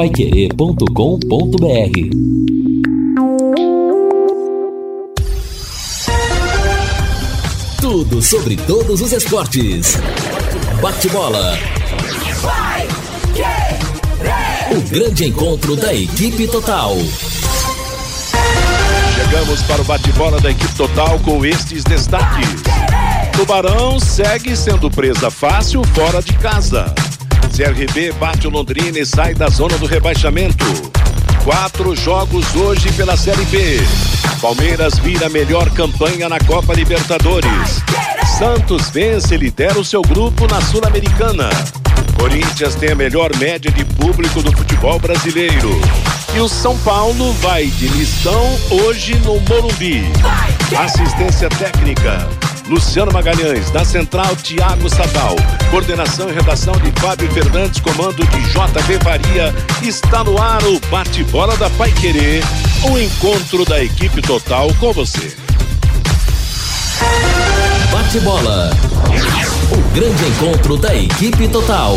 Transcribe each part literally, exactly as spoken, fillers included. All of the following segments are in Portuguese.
paiquerê ponto com ponto br. Tudo sobre todos os esportes. Bate-bola. O grande encontro da equipe total. Chegamos para o bate-bola da equipe total com estes destaques. Tubarão segue sendo presa fácil fora de casa. C R B bate o Londrina e sai da zona do rebaixamento. Quatro jogos hoje pela Série B. Palmeiras vira a melhor campanha na Copa Libertadores. Santos vence e lidera o seu grupo na Sul-Americana. Corinthians tem a melhor média de público do futebol brasileiro. E o São Paulo vai de mistão hoje no Morumbi. Assistência técnica, Luciano Magalhães. Na central, Thiago Sadal. Coordenação e redação de Fábio Fernandes. Comando de J B Faria. Está no ar o bate-bola da Paiquerê. O encontro da equipe total com você. Bate-bola. O grande encontro da equipe total.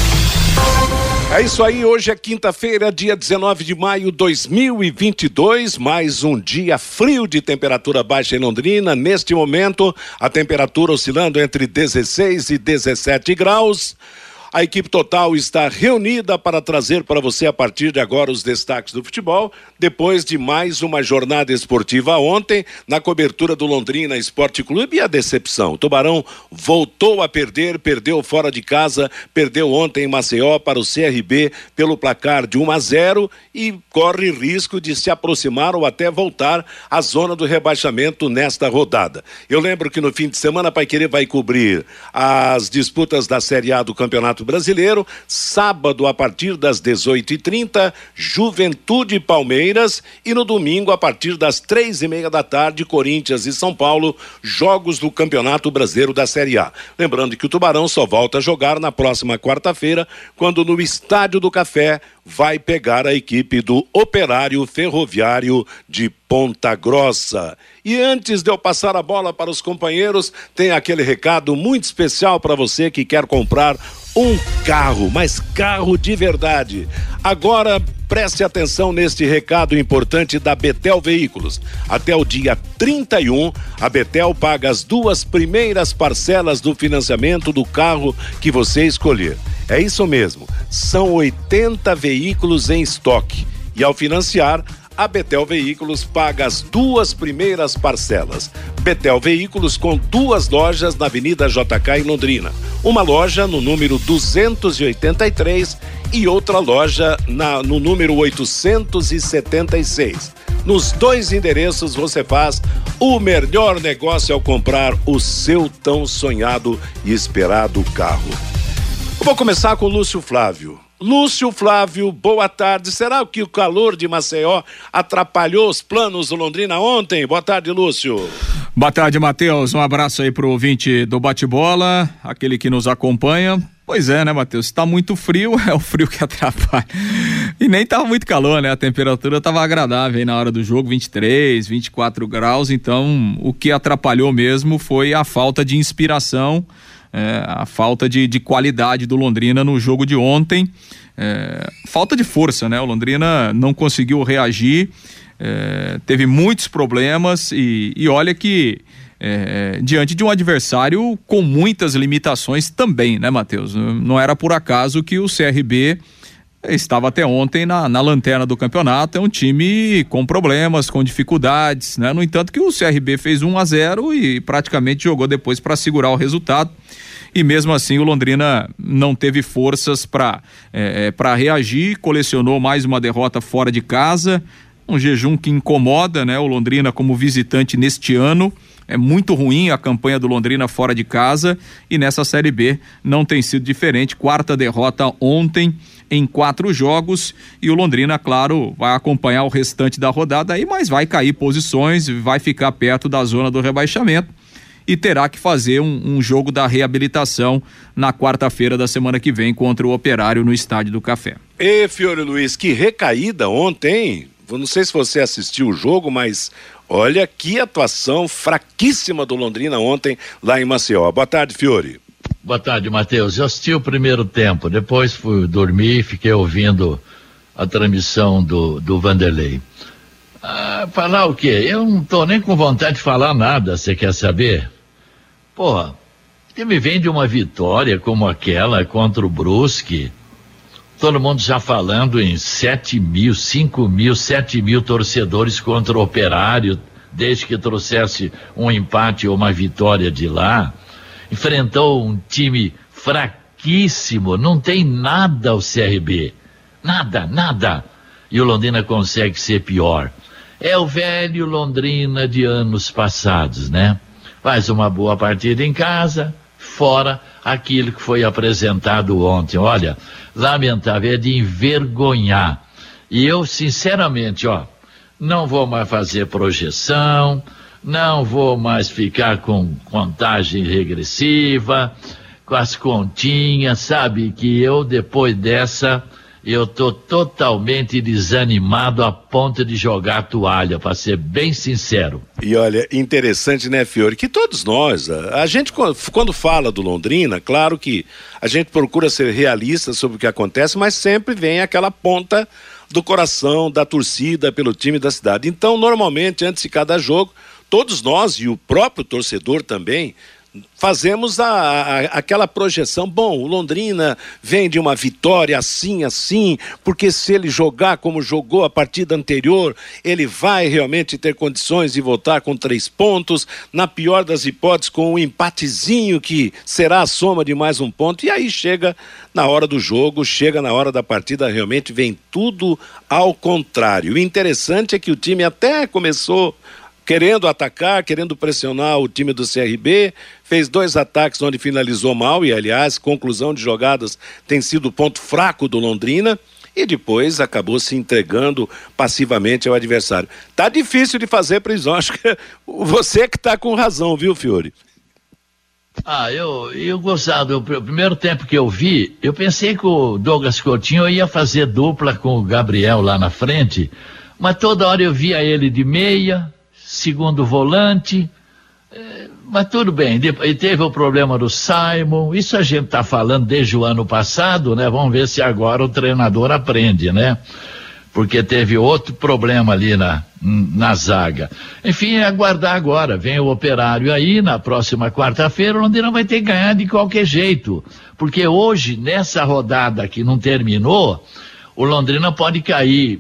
É isso aí, hoje é quinta-feira, dia dezenove de maio de dois mil e vinte e dois, mais um dia frio de temperatura baixa em Londrina. Neste momento, a temperatura oscilando entre dezesseis e dezessete graus. A equipe total está reunida para trazer para você a partir de agora os destaques do futebol, depois de mais uma jornada esportiva ontem, na cobertura do Londrina Esporte Clube. E a decepção, o Tubarão voltou a perder, perdeu fora de casa, perdeu ontem em Maceió para o C R B pelo placar de um a zero e corre risco de se aproximar ou até voltar à zona do rebaixamento nesta rodada. Eu lembro que no fim de semana a Paiquerê vai cobrir as disputas da Série A do Campeonato Brasileiro. Sábado, a partir das dezoito e trinta, Juventude e Palmeiras, e no domingo, a partir das três e meia da tarde, Corinthians e São Paulo, jogos do Campeonato Brasileiro da Série A. Lembrando que o Tubarão só volta a jogar na próxima quarta-feira, quando no Estádio do Café vai pegar a equipe do Operário Ferroviário de Ponta Grossa. E antes de eu passar a bola para os companheiros, tem aquele recado muito especial para você que quer comprar um carro, mas carro de verdade. Agora, preste atenção neste recado importante da Betel Veículos. Até o dia trinta e um, a Betel paga as duas primeiras parcelas do financiamento do carro que você escolher. É isso mesmo, são oitenta veículos em estoque. E ao financiar, a Betel Veículos paga as duas primeiras parcelas. Betel Veículos com duas lojas na Avenida J K em Londrina. Uma loja no número duzentos e oitenta e três e outra loja na, no número oitocentos e setenta e seis. Nos dois endereços você faz o melhor negócio ao comprar o seu tão sonhado e esperado carro. Eu vou começar com o Lúcio Flávio. Lúcio Flávio, boa tarde. Será que o calor de Maceió atrapalhou os planos do Londrina ontem? Boa tarde, Lúcio. Boa tarde, Matheus. Um abraço aí pro ouvinte do Bate-Bola, aquele que nos acompanha. Pois é, né, Matheus? Tá muito frio, é o frio que atrapalha. E nem tava muito calor, né? A temperatura tava agradável aí na hora do jogo, vinte e três, vinte e quatro graus. Então, o que atrapalhou mesmo foi a falta de inspiração, É, a falta de, de qualidade do Londrina no jogo de ontem, é, falta de força, né? O Londrina não conseguiu reagir, é, teve muitos problemas e, e olha que é, diante de um adversário com muitas limitações também, né, Matheus? Não era por acaso que o C R B estava até ontem na, na lanterna do campeonato. É um time com problemas, com dificuldades, né? No entanto que o C R B fez um a zero e praticamente jogou depois para segurar o resultado. E mesmo assim o Londrina não teve forças para é, para reagir, colecionou mais uma derrota fora de casa, um jejum que incomoda, né? O Londrina como visitante neste ano. É muito ruim a campanha do Londrina fora de casa e nessa Série B não tem sido diferente. Quarta derrota ontem em quatro jogos e o Londrina, claro, vai acompanhar o restante da rodada aí, mas vai cair posições, vai ficar perto da zona do rebaixamento e terá que fazer um, um jogo da reabilitação na quarta-feira da semana que vem contra o Operário no Estádio do Café. E Fiore Luiz, que recaída ontem. Não sei se você assistiu o jogo, mas olha que atuação fraquíssima do Londrina ontem lá em Maceió. Boa tarde, Fiore. Boa tarde, Matheus. Eu assisti o primeiro tempo, depois fui dormir, fiquei ouvindo a transmissão do, do Vanderlei. Ah, falar o quê? Eu não tô nem com vontade de falar nada, você quer saber? Porra, você me vem de uma vitória como aquela contra o Brusque, todo mundo já falando em sete mil, cinco mil, sete mil torcedores contra o Operário, desde que trouxesse um empate ou uma vitória de lá. Enfrentou um time fraquíssimo, não tem nada o C R B, nada, nada. E o Londrina consegue ser pior. É o velho Londrina de anos passados, né? Faz uma boa partida em casa, fora aquilo que foi apresentado ontem. Olha, lamentável, é de envergonhar. E eu, sinceramente, ó, não vou mais fazer projeção, não vou mais ficar com contagem regressiva, com as continhas, sabe? Que eu, depois dessa, eu tô totalmente desanimado a ponto de jogar a toalha, para ser bem sincero. E olha, interessante, né, Fiore, que todos nós, a, a gente quando fala do Londrina, claro que a gente procura ser realista sobre o que acontece, mas sempre vem aquela ponta do coração, da torcida pelo time da cidade. Então, normalmente, antes de cada jogo, todos nós e o próprio torcedor também fazemos a, a, aquela projeção. Bom, o Londrina vem de uma vitória assim, assim, porque se ele jogar como jogou a partida anterior, ele vai realmente ter condições de voltar com três pontos, na pior das hipóteses com um empatezinho que será a soma de mais um ponto, e aí chega na hora do jogo, chega na hora da partida, realmente vem tudo ao contrário. O interessante é que o time até começou querendo atacar, querendo pressionar o time do C R B, fez dois ataques onde finalizou mal, e aliás, conclusão de jogadas tem sido o ponto fraco do Londrina, e depois acabou se entregando passivamente ao adversário. Tá difícil de fazer prisão, acho que você que tá com razão, viu, Fiore? Ah, eu, eu gostava, o primeiro tempo que eu vi, eu pensei que o Douglas Coutinho ia fazer dupla com o Gabriel lá na frente, mas toda hora eu via ele de meia, segundo volante, é, mas tudo bem. E teve o problema do Simon, isso a gente está falando desde o ano passado, né? Vamos ver se agora o treinador aprende, né? Porque teve outro problema ali na, na zaga. Enfim, é aguardar agora. Vem o Operário aí, na próxima quarta-feira, o Londrina vai ter que ganhar de qualquer jeito. Porque hoje, nessa rodada que não terminou, o Londrina pode cair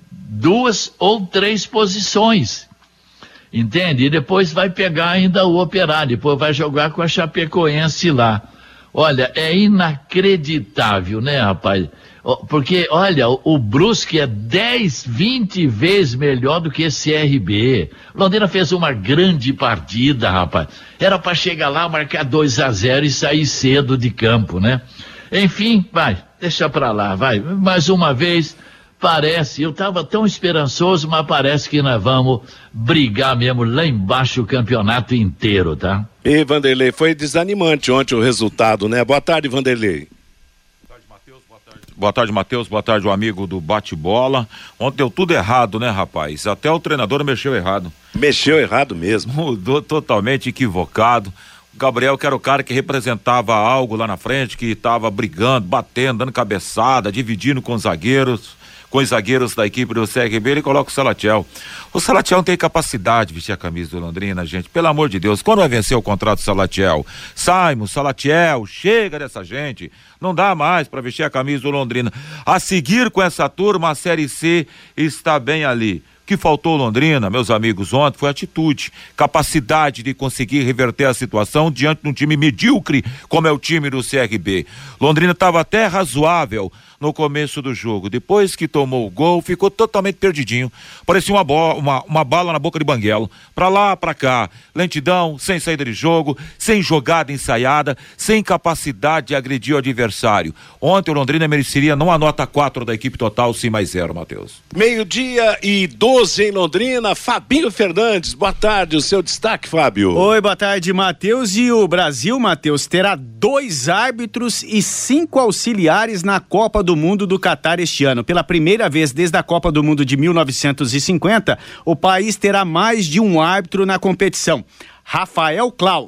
duas ou três posições. Entende? E depois vai pegar ainda o Operário, depois vai jogar com a Chapecoense lá. Olha, é inacreditável, né, rapaz? Porque, olha, o Brusque é dez, vinte vezes melhor do que esse C R B. Londrina fez uma grande partida, rapaz. Era para chegar lá, marcar dois a zero e sair cedo de campo, né? Enfim, vai, deixa pra lá, vai. Mais uma vez... Parece, eu estava tão esperançoso, mas parece que nós vamos brigar mesmo lá embaixo o campeonato inteiro, tá? E Vanderlei, foi desanimante ontem o resultado, né? Boa tarde, Vanderlei. Boa tarde, Matheus. Boa tarde, boa tarde, Matheus. Boa tarde, o amigo do bate-bola. Ontem deu tudo errado, né, rapaz? Até o treinador mexeu errado. Mexeu errado mesmo. Mudou totalmente equivocado. O Gabriel, que era o cara que representava algo lá na frente, que estava brigando, batendo, dando cabeçada, dividindo com os zagueiros. Com os zagueiros da equipe do C R B, ele coloca o Salatiel. O Salatiel não tem capacidade de vestir a camisa do Londrina, gente. Pelo amor de Deus, quando vai vencer o contrato do Salatiel? Simon, Salatiel, chega dessa gente. Não dá mais para vestir a camisa do Londrina. A seguir com essa turma, a Série C está bem ali. O que faltou Londrina, meus amigos, ontem foi atitude, capacidade de conseguir reverter a situação diante de um time medíocre como é o time do C R B. Londrina estava até razoável no começo do jogo, depois que tomou o gol ficou totalmente perdidinho, parecia uma, bo- uma, uma bala na boca de banguelo, pra lá, pra cá, lentidão, sem saída de jogo, sem jogada ensaiada, sem capacidade de agredir o adversário. Ontem o Londrina mereceria não a nota quatro da equipe total, sim mais zero, Matheus. Meio-dia e doze em Londrina, Fabinho Fernandes, boa tarde, o seu destaque, Fábio. Oi, boa tarde, Matheus. E o Brasil, Matheus, terá dois árbitros e cinco auxiliares na Copa do Mundo do Catar este ano. Pela primeira vez desde a Copa do Mundo de mil novecentos e cinquenta, o país terá mais de um árbitro na competição. Rafael Claus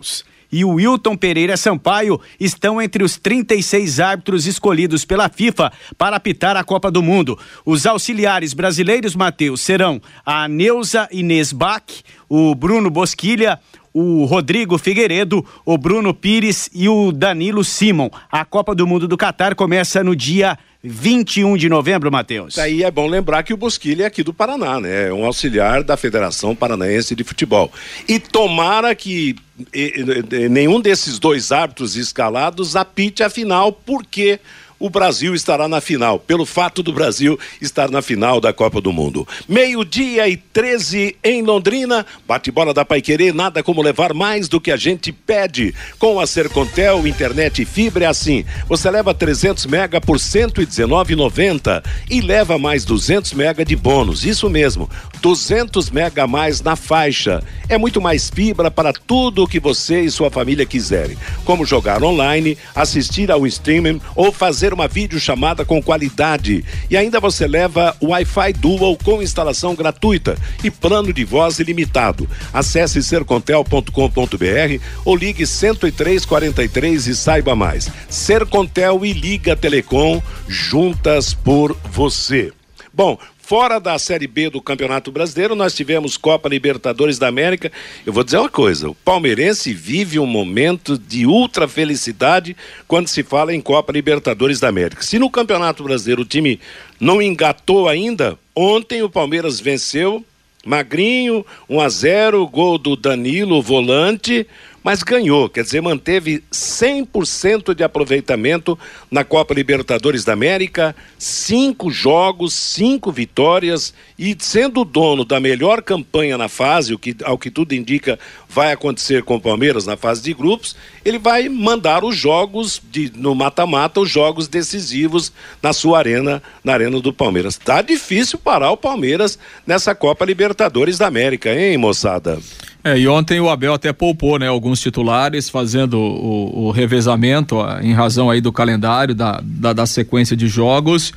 e o Wilton Pereira Sampaio estão entre os trinta e seis árbitros escolhidos pela FIFA para apitar a Copa do Mundo. Os auxiliares brasileiros, Matheus, serão a Neuza Inês Bach, o Bruno Bosquilha, o Rodrigo Figueiredo, o Bruno Pires e o Danilo Simon. A Copa do Mundo do Catar começa no dia vinte e um de novembro, Matheus. Aí é bom lembrar que o Bosquilha é aqui do Paraná, né? É um auxiliar da Federação Paranaense de Futebol. E tomara que e, e, nenhum desses dois árbitros escalados apite a final, porque o Brasil estará na final, pelo fato do Brasil estar na final da Copa do Mundo. Meio-dia e treze em Londrina, bate-bola da Paiquerê, nada como levar mais do que a gente pede. Com a Sercontel, internet e fibra é assim, você leva trezentos mega por cento e dezenove reais e noventa centavos e leva mais duzentos mega de bônus, isso mesmo, duzentos mega a mais na faixa. É muito mais fibra para tudo o que você e sua família quiserem, como jogar online, assistir ao streaming ou fazer uma videochamada com qualidade. E ainda você leva o Wi-Fi Dual com instalação gratuita e plano de voz ilimitado. Acesse sercontel ponto com ponto br ou ligue cento e três, quarenta e três e saiba mais. Sercontel e Liga Telecom, juntas por você. Bom, fora da Série B do Campeonato Brasileiro, nós tivemos Copa Libertadores da América. Eu vou dizer uma coisa, o palmeirense vive um momento de ultra felicidade quando se fala em Copa Libertadores da América. Se no Campeonato Brasileiro o time não engatou ainda, ontem o Palmeiras venceu, magrinho, um a zero, gol do Danilo, volante, mas ganhou, quer dizer, manteve cem por cento de aproveitamento na Copa Libertadores da América, cinco jogos, cinco vitórias, e sendo o dono da melhor campanha na fase, o que, ao que tudo indica vai acontecer com o Palmeiras na fase de grupos, ele vai mandar os jogos de, no mata-mata, os jogos decisivos na sua arena, na arena do Palmeiras. Tá difícil parar o Palmeiras nessa Copa Libertadores da América, hein, moçada? É, e ontem o Abel até poupou, né, alguns titulares, fazendo o, o revezamento ó, em razão aí do calendário, da, da, da sequência de jogos.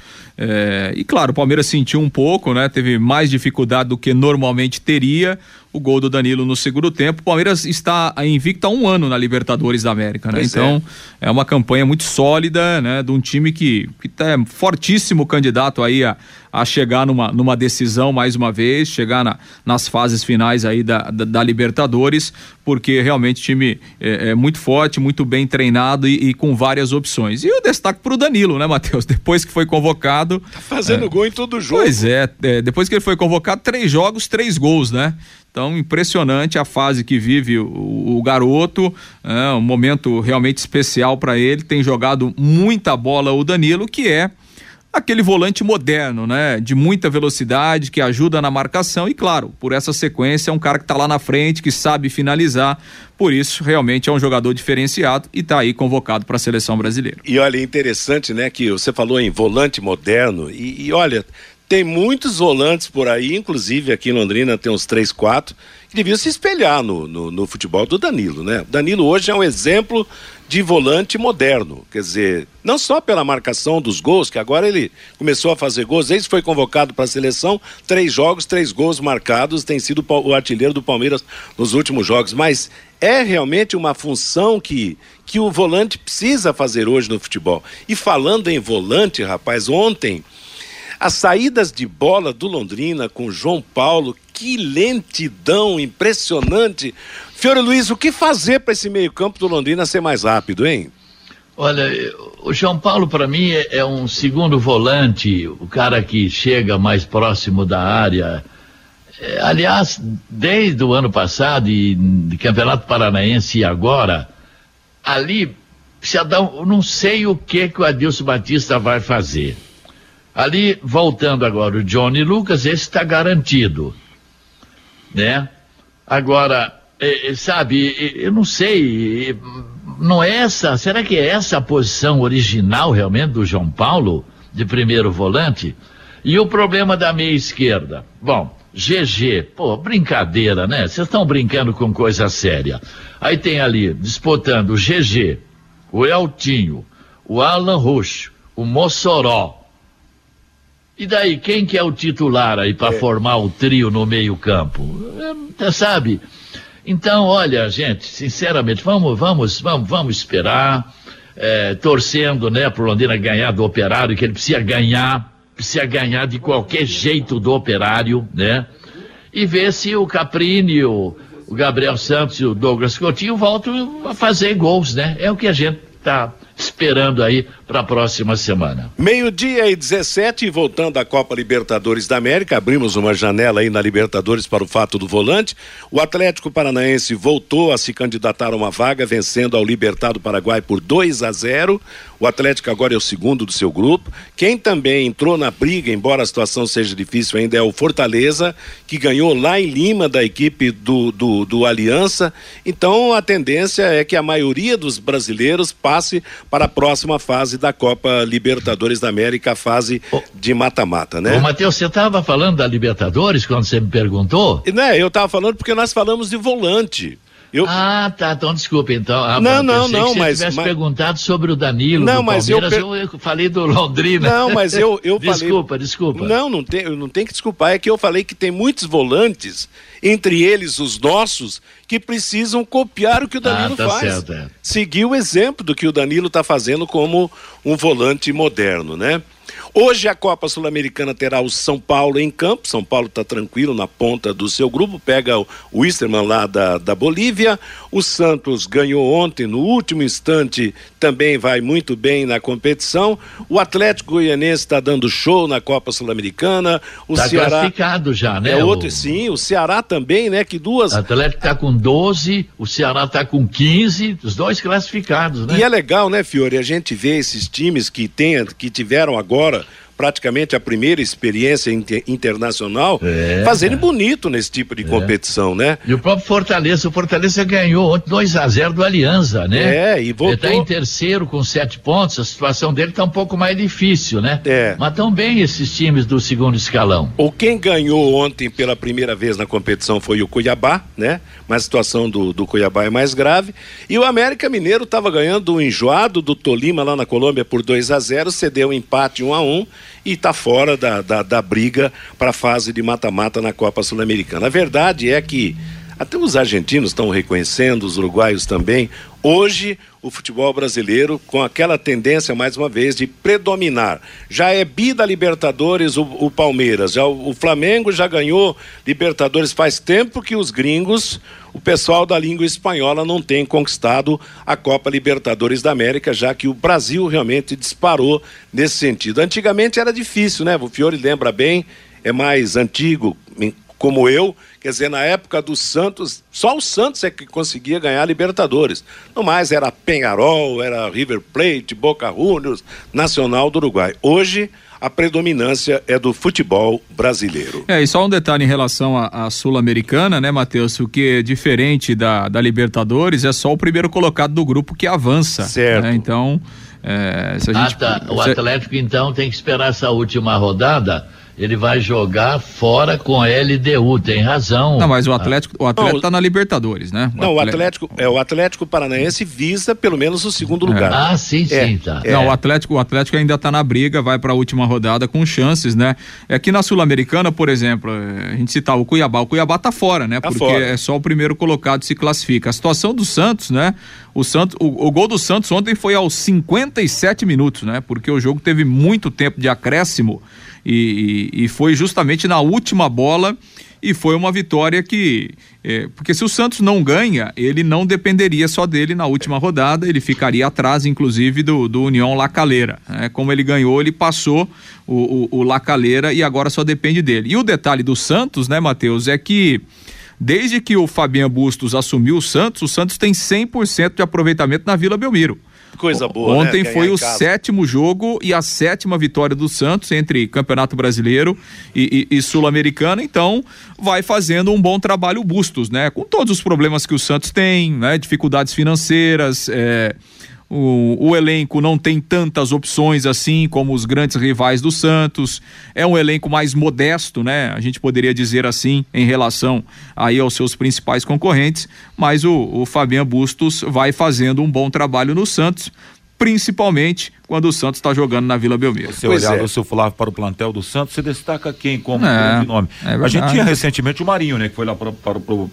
É, e claro, o Palmeiras sentiu um pouco, né? Teve mais dificuldade do que normalmente teria. O gol do Danilo no segundo tempo. O Palmeiras está invicto há um ano na Libertadores da América, né? Pois então é. é uma campanha muito sólida, né? De um time que, que tá fortíssimo candidato aí a, a chegar numa, numa decisão mais uma vez, chegar na, nas fases finais aí da, da, da Libertadores, porque realmente o time é, é muito forte, muito bem treinado e, e com várias opções. E o destaque pro Danilo, né, Matheus? Depois que foi convocado... Tá fazendo é, gol em todo jogo. Pois é, é, depois que ele foi convocado, três jogos, três gols, né? Então, impressionante a fase que vive o, o garoto, é um momento realmente especial para ele, tem jogado muita bola o Danilo, que é aquele volante moderno, né? De muita velocidade, que ajuda na marcação e, claro, por essa sequência é um cara que tá lá na frente, que sabe finalizar, por isso realmente é um jogador diferenciado e tá aí convocado para a seleção brasileira. E olha, interessante, né, que você falou em volante moderno e, e olha... Tem muitos volantes por aí, inclusive aqui em Londrina tem uns três, quatro, que deviam se espelhar no, no, no futebol do Danilo, né? O Danilo hoje é um exemplo de volante moderno, quer dizer, não só pela marcação dos gols, que agora ele começou a fazer gols, ele foi convocado para a seleção, três jogos, três gols marcados, tem sido o artilheiro do Palmeiras nos últimos jogos, mas é realmente uma função que, que o volante precisa fazer hoje no futebol. E falando em volante, rapaz, ontem... As saídas de bola do Londrina com João Paulo, que lentidão impressionante. Fiore Luiz, o que fazer para esse meio-campo do Londrina ser mais rápido, hein? Olha, o João Paulo para mim é, é um segundo volante, o cara que chega mais próximo da área. É, aliás, desde o ano passado e de Campeonato Paranaense e agora, ali precisa dar, um, não sei o que que o Adilson Batista vai fazer. Ali, voltando agora, o Johnny Lucas, esse está garantido, né? Agora, é, sabe, eu não sei, não é essa, será que é essa a posição original realmente do João Paulo, de primeiro volante? E o problema da meia esquerda? Bom, G G, pô, brincadeira, né? Vocês estão brincando com coisa séria. Aí tem ali, disputando o G G, o Eltinho, o Alan Roxo, o Mossoró. E daí, quem que é o titular aí para é. formar o trio no meio campo? Você sabe? Então, olha, gente, sinceramente, vamos, vamos, vamos, vamos esperar, é, torcendo, né, pro Londrina ganhar do Operário, que ele precisa ganhar, precisa ganhar de qualquer jeito do Operário, né? E ver se o Caprini, o, o Gabriel Santos e o Douglas Coutinho voltam a fazer gols, né? É o que a gente tá esperando aí para a próxima semana. Meio-dia e dezessete, voltando à Copa Libertadores da América, abrimos uma janela aí na Libertadores para o fato do volante. O Atlético Paranaense voltou a se candidatar a uma vaga, vencendo ao Libertad Paraguai por dois a zero. O Atlético agora é o segundo do seu grupo. Quem também entrou na briga, embora a situação seja difícil ainda, é o Fortaleza, que ganhou lá em Lima da equipe do, do, do Aliança. Então a tendência é que a maioria dos brasileiros passe para a próxima fase da Copa Libertadores da América, a fase oh. de mata-mata, né? Ô, Matheus, você estava falando da Libertadores quando você me perguntou? Né, eu estava falando porque nós falamos de volante. Eu... Ah, tá, então desculpa, então. Ah, não, não, não, não, que mas... Se tivesse mas... perguntado sobre o Danilo não, do mas Palmeiras, eu, per... eu falei do Londrina. Não, mas eu, eu desculpa, falei... Desculpa, desculpa. Não, não tem, não tem que desculpar, é que eu falei que tem muitos volantes, entre eles os nossos, que precisam copiar o que o Danilo ah, tá faz. Certo, é. Seguir o exemplo do que o Danilo está fazendo como um volante moderno, né? Hoje a Copa Sul-Americana terá o São Paulo em campo. São Paulo está tranquilo na ponta do seu grupo, pega o Wisterman lá da, da Bolívia. O Santos ganhou ontem, no último instante, também vai muito bem na competição. O Atlético Goianense está dando show na Copa Sul-Americana. O Está Ceará classificado já, né? É outro, o... sim. O Ceará também, né? Que duas. O Atlético está com doze, o Ceará está com quinze, os dois classificados, né? E é legal, né, Fiore, a gente vê esses times que, tem, que tiveram agora praticamente a primeira experiência inter, internacional, é, fazendo é. bonito nesse tipo de é. competição, né? E o próprio Fortaleza, o Fortaleza ganhou ontem dois a zero do Alianza, né? É, e voltou. Ele está em terceiro com sete pontos, a situação dele está um pouco mais difícil, né? É. Mas estão bem esses times do segundo escalão. Ou quem ganhou ontem pela primeira vez na competição foi o Cuiabá, né? Mas a situação do, do Cuiabá é mais grave. E o América Mineiro estava ganhando um enjoado do Tolima lá na Colômbia por dois a zero, cedeu um empate um a um. E está fora da, da, da briga para a fase de mata-mata na Copa Sul-Americana. A verdade é que até os argentinos estão reconhecendo, os uruguaios também. Hoje, o futebol brasileiro, com aquela tendência, mais uma vez, de predominar. Já é bi da Libertadores o, o Palmeiras, já o, o Flamengo já ganhou Libertadores faz tempo que os gringos, o pessoal da língua espanhola não tem conquistado a Copa Libertadores da América, já que o Brasil realmente disparou nesse sentido. Antigamente era difícil, né? O Fiore lembra bem, é mais antigo, como eu, quer dizer, na época do Santos, só o Santos é que conseguia ganhar a Libertadores. No mais, era Peñarol, era River Plate, Boca Juniors, Nacional do Uruguai. Hoje, a predominância é do futebol brasileiro. É, e só um detalhe em relação à Sul-Americana, né, Matheus? O que é diferente da, da Libertadores é só o primeiro colocado do grupo que avança. Certo. Né? Então, é, se a gente... Ah, tá. O Atlético, então, tem que esperar essa última rodada. Ele vai jogar fora com a L D U, tem razão. Não, mas o Atlético, o Atlético tá na Libertadores, né? O não, o Atlético, é, o Atlético Paranaense visa pelo menos o segundo é. lugar. Ah, sim, é, sim, tá. É. Não, o Atlético, o Atlético ainda tá na briga, vai para a última rodada com chances, né? É que na Sul-Americana, por exemplo, a gente citava o Cuiabá, o Cuiabá tá fora, né? Tá Porque fora. É só o primeiro colocado se classifica. A situação do Santos, né? O Santos, o, o gol do Santos ontem foi aos cinquenta e sete minutos, né? Porque o jogo teve muito tempo de acréscimo. E, e, e foi justamente na última bola e foi uma vitória que, é, porque se o Santos não ganha, ele não dependeria só dele na última rodada, ele ficaria atrás inclusive do, do União La Calera, né? Como ele ganhou, ele passou o, o, o La Calera e agora só depende dele. E o detalhe do Santos, né, Matheus, é que desde que o Fabian Bustos assumiu o Santos, o Santos tem cem por cento de aproveitamento na Vila Belmiro. Coisa boa, Ontem né? foi o casa. sétimo jogo e a sétima vitória do Santos entre Campeonato Brasileiro e, e, e Sul-Americana, então vai fazendo um bom trabalho Bustos, né? Com todos os problemas que o Santos tem, né? Dificuldades financeiras, é, o, o elenco não tem tantas opções assim como os grandes rivais do Santos, é um elenco mais modesto, né? A gente poderia dizer assim em relação aí aos seus principais concorrentes, mas o, o Fabian Bustos vai fazendo um bom trabalho no Santos, principalmente quando o Santos está jogando na Vila Belmiro. Você olhar é. o seu Flávio para o plantel do Santos, você destaca quem como é, grande nome? É a gente tinha recentemente o Marinho, né? Que foi lá para, para, para,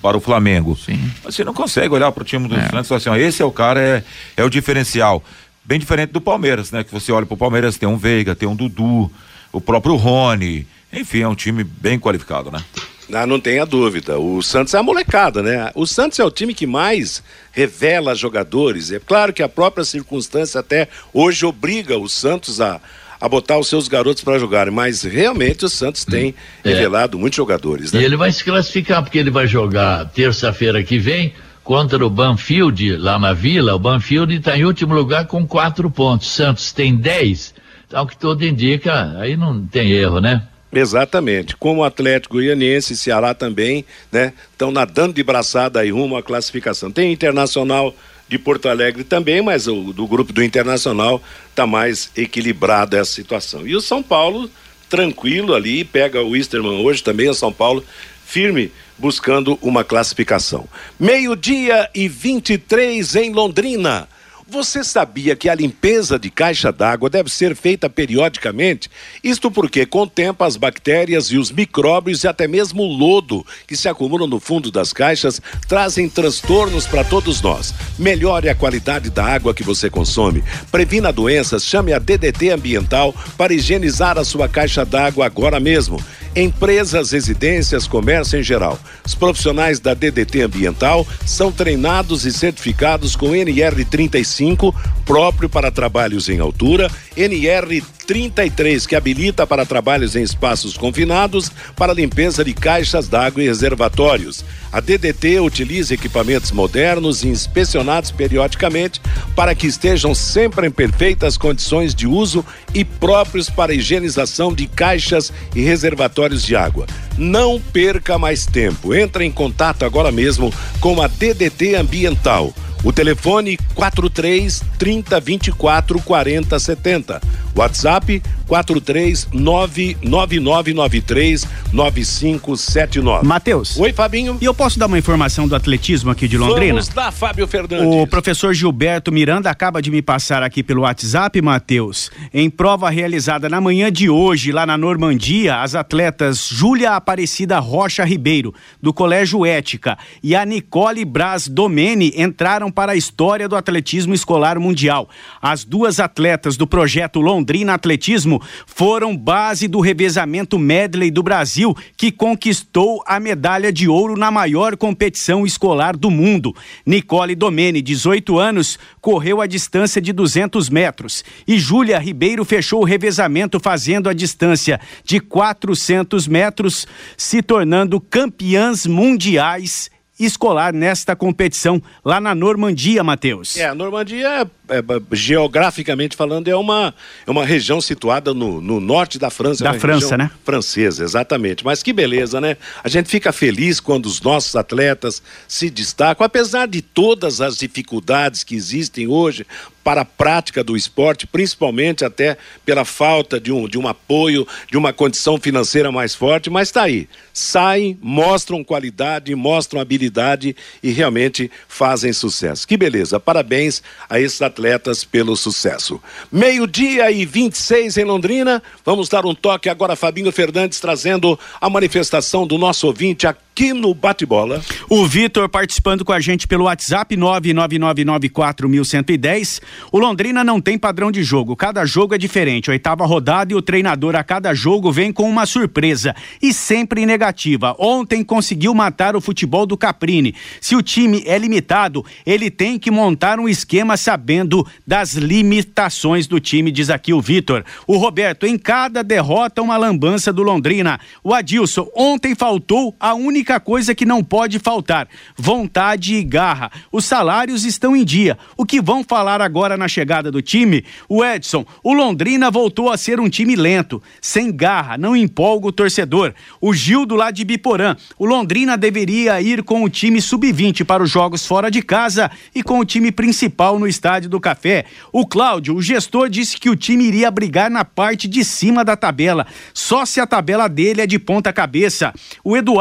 para o Flamengo. Sim. Mas você não consegue olhar para o time do É. Santos e falar assim, ó, esse é o cara, é, é o diferencial. Bem diferente do Palmeiras, né? Que você olha pro Palmeiras, tem um Veiga, tem um Dudu, o próprio Rony, enfim, é um time bem qualificado, né? Ah, não tenha dúvida, o Santos é a molecada, né? O Santos é o time que mais revela jogadores, é claro que a própria circunstância até hoje obriga o Santos a, a botar os seus garotos para jogarem, mas realmente o Santos tem É. revelado muitos jogadores, né? E ele vai se classificar porque ele vai jogar terça-feira que vem contra o Banfield lá na Vila. O Banfield está em último lugar com quatro pontos. Santos tem dez. Então, o que tudo indica, aí não tem erro, né? Exatamente, como o Atlético Goianiense e Ceará também, né, estão nadando de braçada aí rumo à classificação. Tem Internacional de Porto Alegre também, mas o do grupo do Internacional está mais equilibrada essa situação. E o São Paulo, tranquilo ali, pega o Wisterman hoje também, o São Paulo firme, buscando uma classificação. Meio-dia e vinte e três em Londrina. Você sabia que a limpeza de caixa d'água deve ser feita periodicamente? Isto porque, com o tempo, as bactérias e os micróbios e até mesmo o lodo que se acumulam no fundo das caixas trazem transtornos para todos nós. Melhore a qualidade da água que você consome. Previna doenças, chame a D D T Ambiental para higienizar a sua caixa d'água agora mesmo. Empresas, residências, comércio em geral. Os profissionais da D D T Ambiental são treinados e certificados com N R trinta e cinco, próprio para trabalhos em altura, N R trinta e três, que habilita para trabalhos em espaços confinados, para limpeza de caixas d'água e reservatórios. A D D T utiliza equipamentos modernos e inspecionados periodicamente para que estejam sempre em perfeitas condições de uso e próprios para higienização de caixas e reservatórios de água. Não perca mais tempo. Entre em contato agora mesmo com a D D T Ambiental. O telefone quatro três, trinta, vinte e quatro, quarenta, setenta. WhatsApp quatro três nove nove nove nove três nove cinco sete nove. Matheus. Oi, Fabinho. E eu posso dar uma informação do atletismo aqui de Londrina? Vamos dar, Fábio Fernandes. O professor Gilberto Miranda acaba de me passar aqui pelo WhatsApp, Matheus. Em prova realizada na manhã de hoje, lá na Normandia, as atletas Júlia Aparecida Rocha Ribeiro, do Colégio Ética, e a Nicole Braz Domene entraram para a história do atletismo escolar mundial. As duas atletas do projeto Londrina Atletismo foram base do revezamento medley do Brasil, que conquistou a medalha de ouro na maior competição escolar do mundo. Nicole Domene, dezoito anos, correu a distância de duzentos metros e Júlia Ribeiro fechou o revezamento fazendo a distância de quatrocentos metros, se tornando campeãs mundiais escolar nesta competição lá na Normandia, Matheus. É, a Normandia, é, é, geograficamente falando, é uma, é uma região situada no, no norte da França. Da França, né? Francesa, exatamente. Mas que beleza, né? A gente fica feliz quando os nossos atletas se destacam, apesar de todas as dificuldades que existem hoje para a prática do esporte, principalmente até pela falta de um, de um apoio, de uma condição financeira mais forte, mas está aí. Saem, mostram qualidade, mostram habilidade e realmente fazem sucesso. Que beleza, parabéns a esses atletas pelo sucesso. Meio-dia e vinte e seis em Londrina, vamos dar um toque agora, Fabinho Fernandes trazendo a manifestação do nosso ouvinte aqui no Bate-Bola. O Vitor participando com a gente pelo WhatsApp nove nove nove nove quatro um zero um zero. O Londrina não tem padrão de jogo, cada jogo é diferente. Oitava rodada e o treinador a cada jogo vem com uma surpresa e sempre negativa. Ontem conseguiu matar o futebol do Caprini. Se o time é limitado, ele tem que montar um esquema sabendo das limitações do time, diz aqui o Vitor. O Roberto, em cada derrota uma lambança do Londrina. O Adilson, ontem faltou a única coisa que não pode faltar, vontade e garra. Os salários estão em dia. O que vão falar agora na chegada do time? O Edson, o Londrina voltou a ser um time lento, sem garra, não empolga o torcedor. O Gildo lá de Biporã, o Londrina deveria ir com o time sub vinte para os jogos fora de casa e com o time principal no Estádio do Café. O Cláudio, o gestor, disse que o time iria brigar na parte de cima da tabela, só se a tabela dele é de ponta cabeça. O Eduardo, o torcedor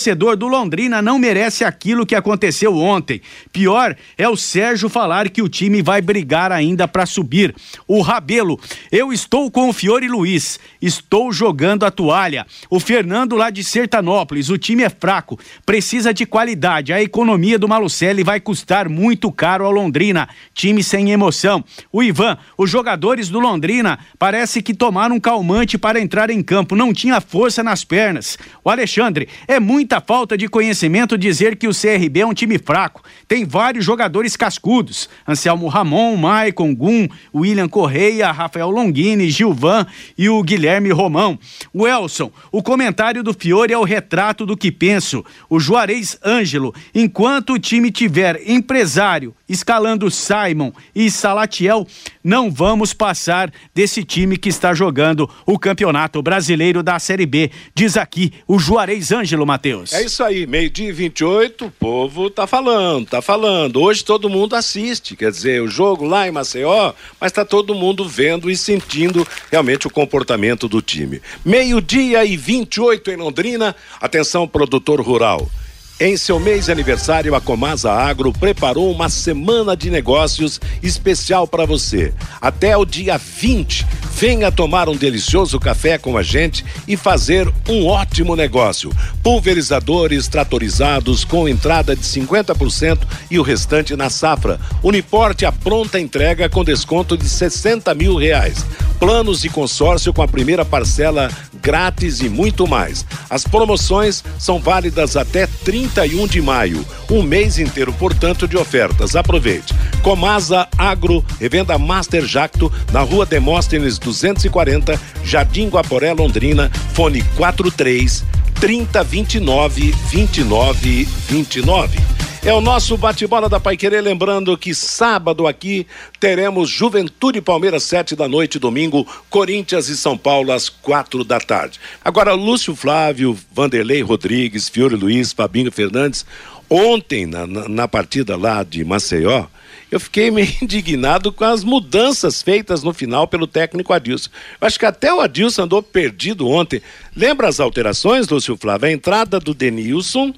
torcedor do Londrina não merece aquilo que aconteceu ontem. Pior é o Sérgio falar que o time vai brigar ainda para subir. O Rabelo, eu estou com o Fiore Luiz, estou jogando a toalha. O Fernando lá de Sertanópolis, o time é fraco, precisa de qualidade. A economia do Malucelli vai custar muito caro ao Londrina. Time sem emoção. O Ivan, os jogadores do Londrina parece que tomaram um calmante para entrar em campo, não tinha força nas pernas. O Alexandre, é muita falta de conhecimento dizer que o C R B é um time fraco. Tem vários jogadores cascudos. Anselmo Ramon, Maicon, Gum, William Correia, Rafael Longini, Gilvan e o Guilherme Romão. O Elson, o comentário do Fiore é o retrato do que penso. O Juarez Ângelo, enquanto o time tiver empresário escalando Simon e Salatiel, não vamos passar desse time que está jogando o Campeonato Brasileiro da Série B. Diz aqui o Juarez Ângelo, Matheus. É isso aí, meio-dia e vinte e oito, o povo tá falando, tá falando. Hoje todo mundo assiste, quer dizer, o jogo lá em Maceió, mas tá todo mundo vendo e sentindo realmente o comportamento do time. Meio-dia e vinte e oito em Londrina, atenção produtor rural. Em seu mês de aniversário, a Comasa Agro preparou uma semana de negócios especial para você. Até o dia vinte, venha tomar um delicioso café com a gente e fazer um ótimo negócio. Pulverizadores tratorizados com entrada de cinquenta por cento e o restante na safra. Uniporte a pronta entrega com desconto de sessenta mil reais. Planos de consórcio com a primeira parcela grátis e muito mais. As promoções são válidas até trinta e um de maio, um mês inteiro, portanto, de ofertas. Aproveite. Comasa Agro, revenda Master Jacto, na rua Demóstenes duzentos e quarenta, Jardim Guaporé, Londrina, fone quatro três, trinta, vinte e nove, vinte e nove, vinte e nove. É o nosso bate-bola da Paiquerê, lembrando que sábado aqui teremos Juventude e Palmeiras, sete da noite, domingo, Corinthians e São Paulo às quatro da tarde. Agora, Lúcio Flávio, Vanderlei Rodrigues, Fiore Luiz, Fabinho Fernandes, ontem na, na, na partida lá de Maceió, eu fiquei meio indignado com as mudanças feitas no final pelo técnico Adilson. Eu acho que até o Adilson andou perdido ontem. Lembra as alterações, Lúcio Flávio? A entrada do Denilson,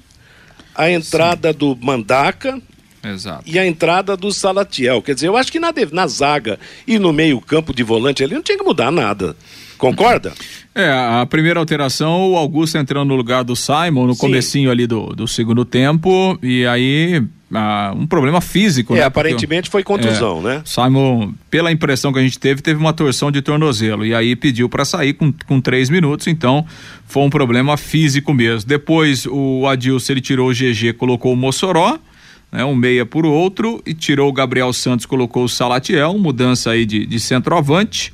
a entrada Sim. do Mandaca. Exato. E a entrada do Salatiel. Quer dizer, eu acho que na, na zaga e no meio campo de volante ali não tinha que mudar nada. Concorda? É, a primeira alteração, o Augusto entrando no lugar do Simon, no Sim. comecinho ali do, do segundo tempo, e aí ah, um problema físico, é, né? aparentemente foi contusão, é, né? Simon, pela impressão que a gente teve, teve uma torção de tornozelo, e aí pediu para sair com, com três minutos, então foi um problema físico mesmo. Depois o Adilson, ele tirou o G G, colocou o Mossoró, né, um meia por outro, e tirou o Gabriel Santos, colocou o Salatiel, mudança aí de, de centroavante.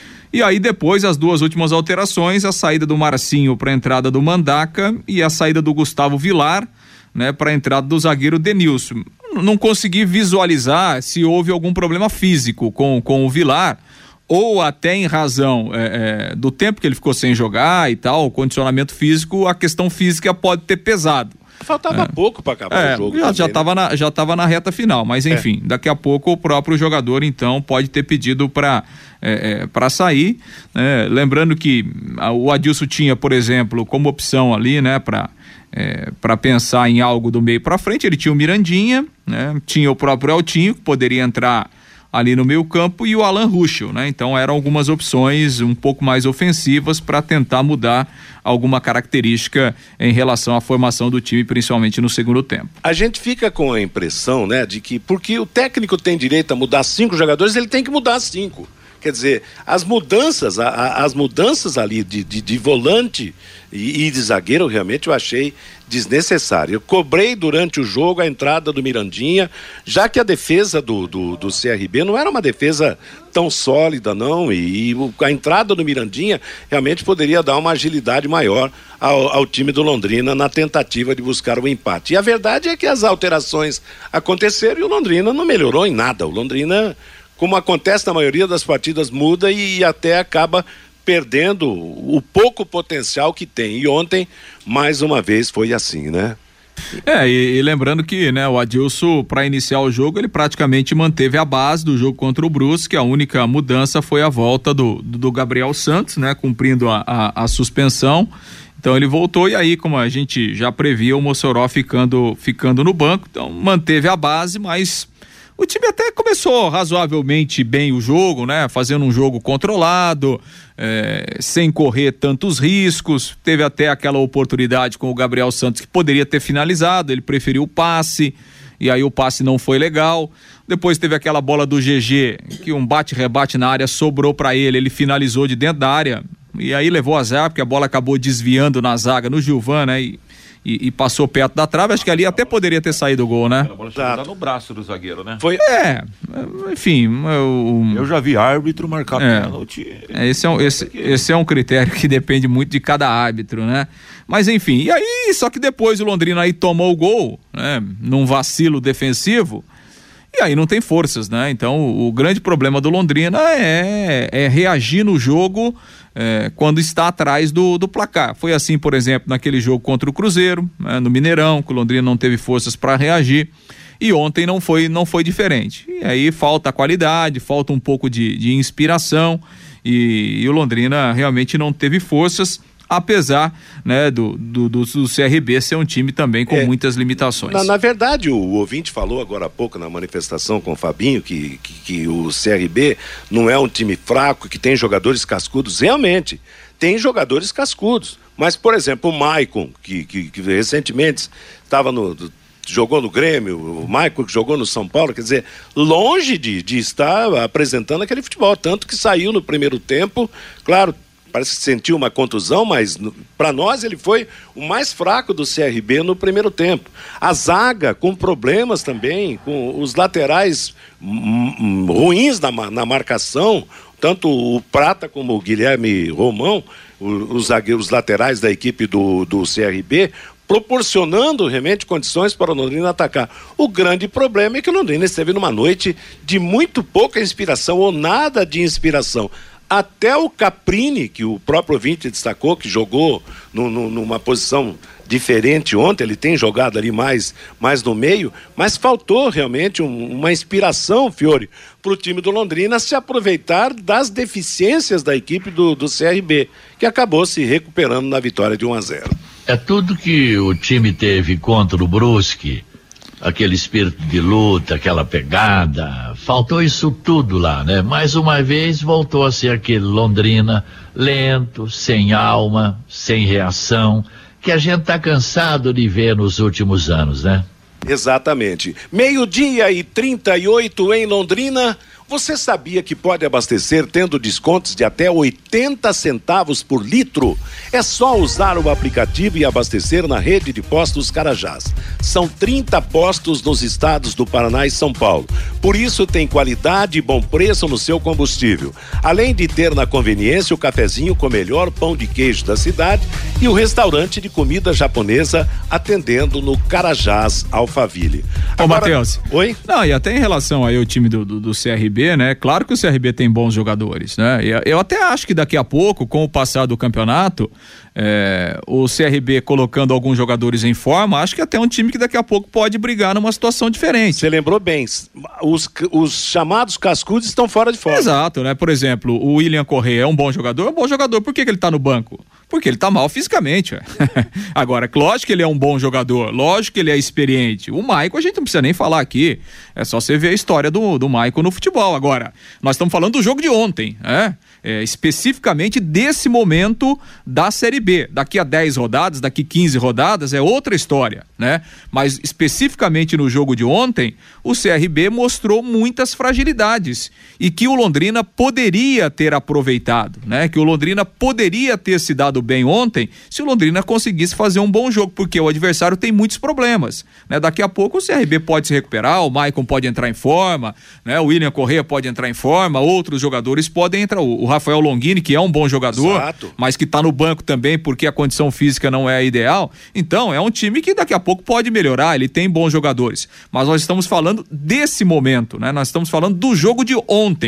E aí depois as duas últimas alterações, a saída do Marcinho para a entrada do Mandaca e a saída do Gustavo Vilar, né, para a entrada do zagueiro Denilson. Não consegui visualizar se houve algum problema físico com, com o Vilar, ou até em razão é, é, do tempo que ele ficou sem jogar e tal, o condicionamento físico, a questão física pode ter pesado. Faltava é. pouco para acabar é, o jogo. Já, também, já estava né? na, já tava na reta final, mas enfim, é. daqui a pouco o próprio jogador então pode ter pedido para é, é, para sair, né? Lembrando que a, o Adilson tinha, por exemplo, como opção ali, né, para é, para pensar em algo do meio para frente, ele tinha o Mirandinha, né? Tinha o próprio Eltinho, que poderia entrar ali no meio campo, e o Alan Ruschel, né? Então eram algumas opções um pouco mais ofensivas para tentar mudar alguma característica em relação à formação do time, principalmente no segundo tempo. A gente fica com a impressão, né, de que porque o técnico tem direito a mudar cinco jogadores, ele tem que mudar cinco. Quer dizer, as mudanças, a, a, as mudanças ali de, de, de volante e, e de zagueiro, realmente eu achei desnecessário. Eu cobrei durante o jogo a entrada do Mirandinha, já que a defesa do, do, do C R B não era uma defesa tão sólida, não, e, e a entrada do Mirandinha realmente poderia dar uma agilidade maior ao, ao time do Londrina na tentativa de buscar o empate. E a verdade é que as alterações aconteceram e o Londrina não melhorou em nada. O Londrina, como acontece na maioria das partidas, muda e até acaba perdendo o pouco potencial que tem. E ontem, mais uma vez, foi assim, né? É, e, e lembrando que, né, o Adilson, para iniciar o jogo, ele praticamente manteve a base do jogo contra o Brusque. A única mudança foi a volta do, do Gabriel Santos, né, cumprindo a, a, a suspensão. Então ele voltou e aí, como a gente já previa, o Mossoró ficando, ficando no banco, então manteve a base, mas o time até começou razoavelmente bem o jogo, né? Fazendo um jogo controlado, é, sem correr tantos riscos, teve até aquela oportunidade com o Gabriel Santos que poderia ter finalizado, ele preferiu o passe, e aí o passe não foi legal. Depois teve aquela bola do G G, que um bate-rebate na área sobrou para ele, ele finalizou de dentro da área, e aí levou azar, porque a bola acabou desviando na zaga no Gilvan, né? E, e, e passou perto da trave, acho que ali até poderia ter saído o gol, né? A bola chegou no braço do zagueiro, né? Foi. É, enfim. Eu, eu já vi árbitro marcar é, pênalti. É, esse, é um, esse, esse é um critério que depende muito de cada árbitro, né? Mas enfim, e aí, só que depois o Londrina aí tomou o gol, né? Num vacilo defensivo, e aí não tem forças, né? Então o, o grande problema do Londrina é, é reagir no jogo é, quando está atrás do, do placar. Foi assim, por exemplo, naquele jogo contra o Cruzeiro, né? No Mineirão, que o Londrina não teve forças para reagir, e ontem não foi, não foi diferente. E aí falta qualidade, falta um pouco de, de inspiração, e, e o Londrina realmente não teve forças, apesar, né, do, do, do, do C R B ser um time também com é, muitas limitações. Na, na verdade, o, o ouvinte falou agora há pouco na manifestação com o Fabinho que, que, que o C R B não é um time fraco, que tem jogadores cascudos. Realmente, tem jogadores cascudos. Mas, por exemplo, o Maicon, que, que, que recentemente estava no... jogou no Grêmio, o Maicon que jogou no São Paulo, quer dizer, longe de, de estar apresentando aquele futebol, tanto que saiu no primeiro tempo, claro, parece que sentiu uma contusão, mas para nós ele foi o mais fraco do C R B no primeiro tempo. A zaga com problemas também, com os laterais hum, ruins na, na marcação, tanto o Prata como o Guilherme Romão, os, os laterais da equipe do, do C R B, proporcionando realmente condições para o Londrina atacar. O grande problema é que o Londrina esteve numa noite de muito pouca inspiração ou nada de inspiração. Até o Caprini, que o próprio ouvinte destacou, que jogou no, no, numa posição diferente ontem, ele tem jogado ali mais, mais no meio, mas faltou realmente um, uma inspiração, Fiore, para o time do Londrina se aproveitar das deficiências da equipe do, do C R B, que acabou se recuperando na vitória de um a zero. É tudo que o time teve contra o Brusque, aquele espírito de luta, aquela pegada, faltou isso tudo lá, né? Mais uma vez voltou a ser aquele Londrina lento, sem alma, sem reação, que a gente tá cansado de ver nos últimos anos, né? Exatamente. Meio-dia e trinta e oito em Londrina. Você sabia que pode abastecer tendo descontos de até oitenta centavos por litro? É só usar o aplicativo e abastecer na rede de postos Carajás. São trinta postos nos estados do Paraná e São Paulo. Por isso tem qualidade e bom preço no seu combustível. Além de ter na conveniência o cafezinho com o melhor pão de queijo da cidade e o restaurante de comida japonesa atendendo no Carajás Alphaville. Ô, Matheus. Oi? Não, e até em relação aí ao time do, do, do C R B, né? Claro que o C R B tem bons jogadores, né? Eu até acho que daqui a pouco, com o passar do campeonato, é, o C R B colocando alguns jogadores em forma, acho que até é um time que daqui a pouco pode brigar numa situação diferente. Você lembrou bem, os, os chamados cascudos estão fora de forma. Exato, né? Por exemplo, o William Correa é um bom jogador, é um bom jogador, por que que ele tá no banco? Porque ele tá mal fisicamente. Agora, lógico que ele é um bom jogador, lógico que ele é experiente. O Maicon a gente não precisa nem falar aqui, é só você ver a história do, do Maicon no futebol. Agora, nós estamos falando do jogo de ontem, né? É, especificamente desse momento da Série B. Daqui a dez rodadas, daqui quinze rodadas é outra história, né? Mas especificamente no jogo de ontem, o C R B mostrou muitas fragilidades e que o Londrina poderia ter aproveitado, né? Que o Londrina poderia ter se dado bem ontem se o Londrina conseguisse fazer um bom jogo, porque o adversário tem muitos problemas, né? Daqui a pouco o C R B pode se recuperar, o Maicon pode entrar em forma, né? O William Correa pode entrar em forma, outros jogadores podem entrar, o, o Rafael Longini, que é um bom jogador, Exato. Mas que está no banco também porque a condição física não é a ideal. Então é um time que daqui a pouco pode melhorar, ele tem bons jogadores, mas nós estamos falando desse momento, né? Nós estamos falando do jogo de ontem.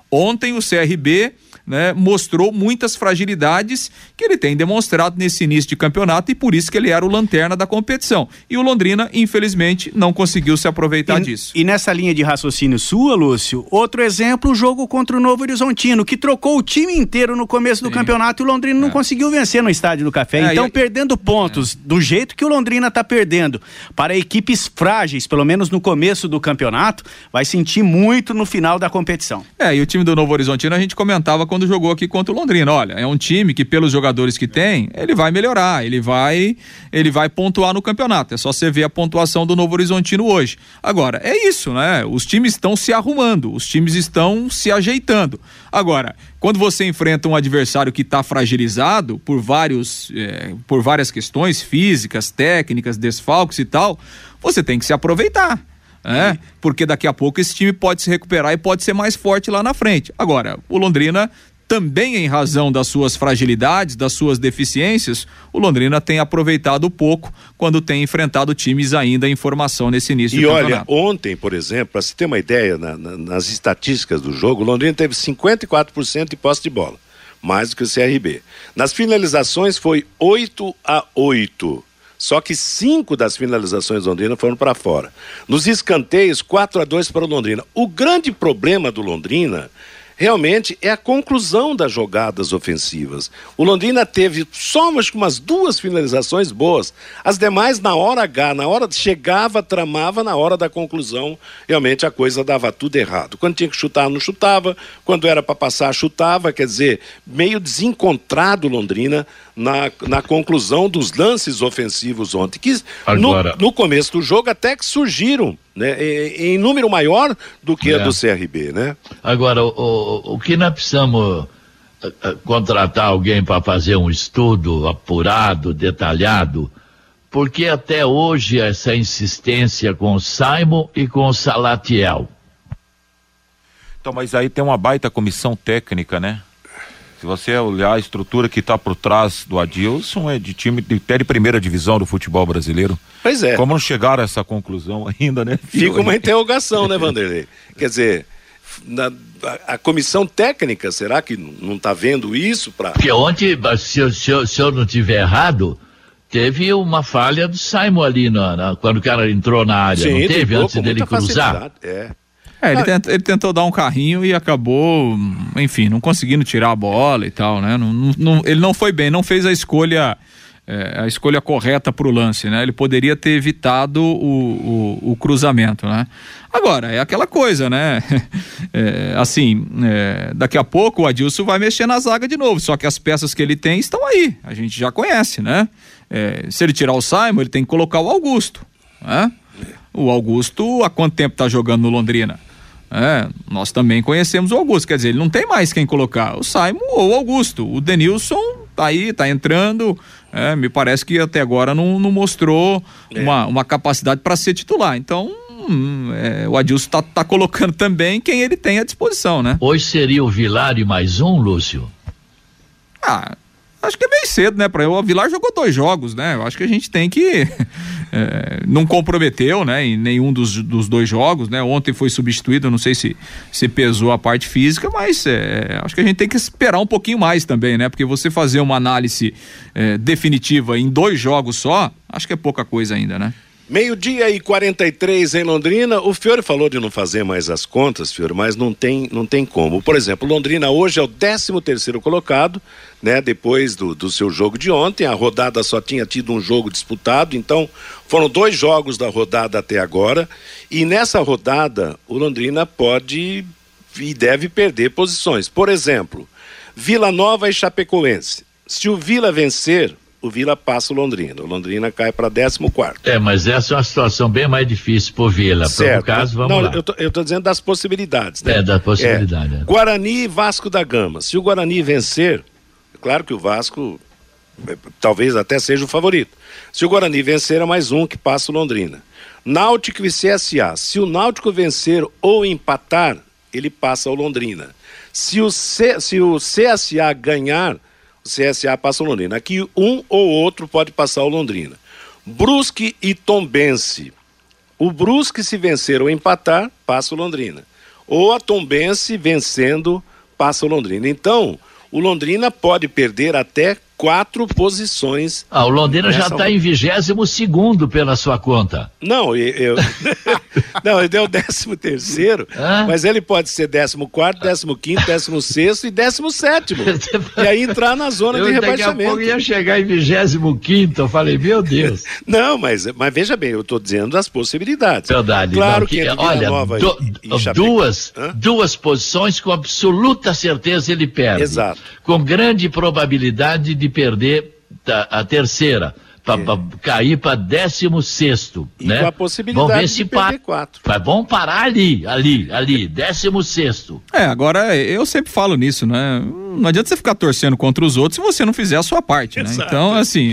Ontem o C R B, né, mostrou muitas fragilidades que ele tem demonstrado nesse início de campeonato e por isso que ele era o lanterna da competição. E o Londrina, infelizmente, não conseguiu se aproveitar e, disso. E nessa linha de raciocínio sua, Lúcio, outro exemplo, o jogo contra o Novo Horizontino, que trocou o time inteiro no começo do Sim. campeonato e o Londrina é. não conseguiu vencer no Estádio do Café. É, então, e... perdendo pontos é. do jeito que o Londrina está perdendo para equipes frágeis, pelo menos no começo do campeonato, vai sentir muito no final da competição. É, e o time do Novo Horizontino a gente comentava quando jogou aqui contra o Londrina, olha, é um time que pelos jogadores que tem, ele vai melhorar, ele vai ele vai pontuar no campeonato, é só você ver a pontuação do Novo Horizontino hoje. Agora, é isso, né? Os times estão se arrumando, os times estão se ajeitando. Agora, quando você enfrenta um adversário que está fragilizado por vários, é, por várias questões físicas, técnicas, desfalques e tal, você tem que se aproveitar. É, porque daqui a pouco esse time pode se recuperar e pode ser mais forte lá na frente. Agora, o Londrina, também em razão das suas fragilidades, das suas deficiências, o Londrina tem aproveitado pouco quando tem enfrentado times ainda em formação nesse início e do campeonato. E olha, ontem, por exemplo, para você ter uma ideia, na, na, nas estatísticas do jogo, o Londrina teve cinquenta e quatro por cento de posse de bola, mais do que o C R B. Nas finalizações foi oito a oito. Só que cinco das finalizações do Londrina foram para fora. Nos escanteios, quatro a dois para o Londrina. O grande problema do Londrina realmente é a conclusão das jogadas ofensivas. O Londrina teve só umas, umas duas finalizações boas. As demais, na hora H, na hora chegava, tramava, na hora da conclusão, realmente a coisa dava tudo errado. Quando tinha que chutar, não chutava. Quando era para passar, chutava. Quer dizer, meio desencontrado Londrina na, na conclusão dos lances ofensivos ontem. Que Agora... no, no começo do jogo até que surgiram, né, em, em número maior do que é. a do C R B, né? Agora, o, o, o que nós precisamos uh, uh, contratar alguém para fazer um estudo apurado, detalhado, porque até hoje essa insistência com o Simon e com o Salatiel. Então, mas aí tem uma baita comissão técnica, né? Se você olhar a estrutura que está por trás do Adilson, é de time de, até de primeira divisão do futebol brasileiro. Pois é. Como não chegaram a essa conclusão ainda, né? Fica uma interrogação, né, Vanderlei? Quer dizer, na, a, a comissão técnica, será que não está vendo isso? Pra... Porque ontem, se eu, se, eu, se eu não estiver errado, teve uma falha do Simon ali, na, na, quando o cara entrou na área, Sim, não teve, antes dele cruzar? É. É, ele, tent, ele tentou dar um carrinho e acabou, enfim, não conseguindo tirar a bola e tal, né? Não, não, ele não foi bem, não fez a escolha, é, a escolha correta pro lance, né? Ele poderia ter evitado o, o, o cruzamento, né? Agora, é aquela coisa, né? É, assim, é, daqui a pouco o Adilson vai mexer na zaga de novo, só que as peças que ele tem estão aí, a gente já conhece, né? É, se ele tirar o Simon, ele tem que colocar o Augusto, né? O Augusto, há quanto tempo tá jogando no Londrina? É, nós também conhecemos o Augusto, quer dizer, ele não tem mais quem colocar, o Simon ou o Augusto. O Denilson tá aí, tá entrando, é, me parece que até agora não, não mostrou é. uma, uma capacidade para ser titular, então hum, é, o Adilson tá, tá colocando também quem ele tem à disposição, né? Hoje seria o Vilar e mais um, Lúcio? Ah, acho que é bem cedo, né? Pra, o Vilar jogou dois jogos, né? Eu acho que a gente tem que... É, não comprometeu, né? Em nenhum dos, dos dois jogos, né? Ontem foi substituído, não sei se, se pesou a parte física, mas é, acho que a gente tem que esperar um pouquinho mais também, né? Porque você fazer uma análise é, definitiva em dois jogos só, acho que é pouca coisa ainda, né? Meio-dia e quarenta e três em Londrina. O Fiore falou de não fazer mais as contas, Fiore, mas não tem, não tem como. Por exemplo, Londrina hoje é o décimo terceiro colocado, né? Depois do, do seu jogo de ontem, a rodada só tinha tido um jogo disputado, então foram dois jogos da rodada até agora, e nessa rodada o Londrina pode e deve perder posições. Por exemplo, Vila Nova e Chapecoense. Se o Vila vencer, o Vila passa o Londrina. O Londrina cai para décimo quarto. É, mas essa é uma situação bem mais difícil pro Vila. Certo. Por caso, vamos Não, lá. Eu tô, eu tô dizendo das possibilidades, né? É, da possibilidade. É. É. Guarani e Vasco da Gama. Se o Guarani vencer, claro que o Vasco é, talvez até seja o favorito. Se o Guarani vencer, é mais um que passa o Londrina. Náutico e C S A. Se o Náutico vencer ou empatar, ele passa o Londrina. Se o, C, se o C S A ganhar, o C S A passa o Londrina. Aqui um ou outro pode passar o Londrina. Brusque e Tombense. O Brusque, se vencer ou empatar, passa o Londrina. ou a Tombense vencendo passa o Londrina. Então, o Londrina pode perder até quatro posições. Ah, o Londrina já está em vigésimo segundo pela sua conta. Não, eu, eu não, ele deu décimo terceiro, ah? Mas ele pode ser décimo quarto, décimo quinto, décimo sexto e décimo sétimo. E aí entrar na zona eu, de rebaixamento. Daqui a pouco ia chegar em vigésimo quinto, eu falei, meu Deus. Não, mas, mas veja bem, eu estou dizendo das possibilidades. Verdade. Claro não, que, que olha, Nova do, e, e duas, duas posições com absoluta certeza ele perde. Exato. Com grande probabilidade de perder a, a terceira, para é. cair para décimo sexto, e né? com a possibilidade vamos ver se de perder pa... quatro. Mas vamos parar ali, ali, ali, décimo sexto. É, agora eu sempre falo nisso, né? Não adianta você ficar torcendo contra os outros se você não fizer a sua parte, né? Exato. Então, assim,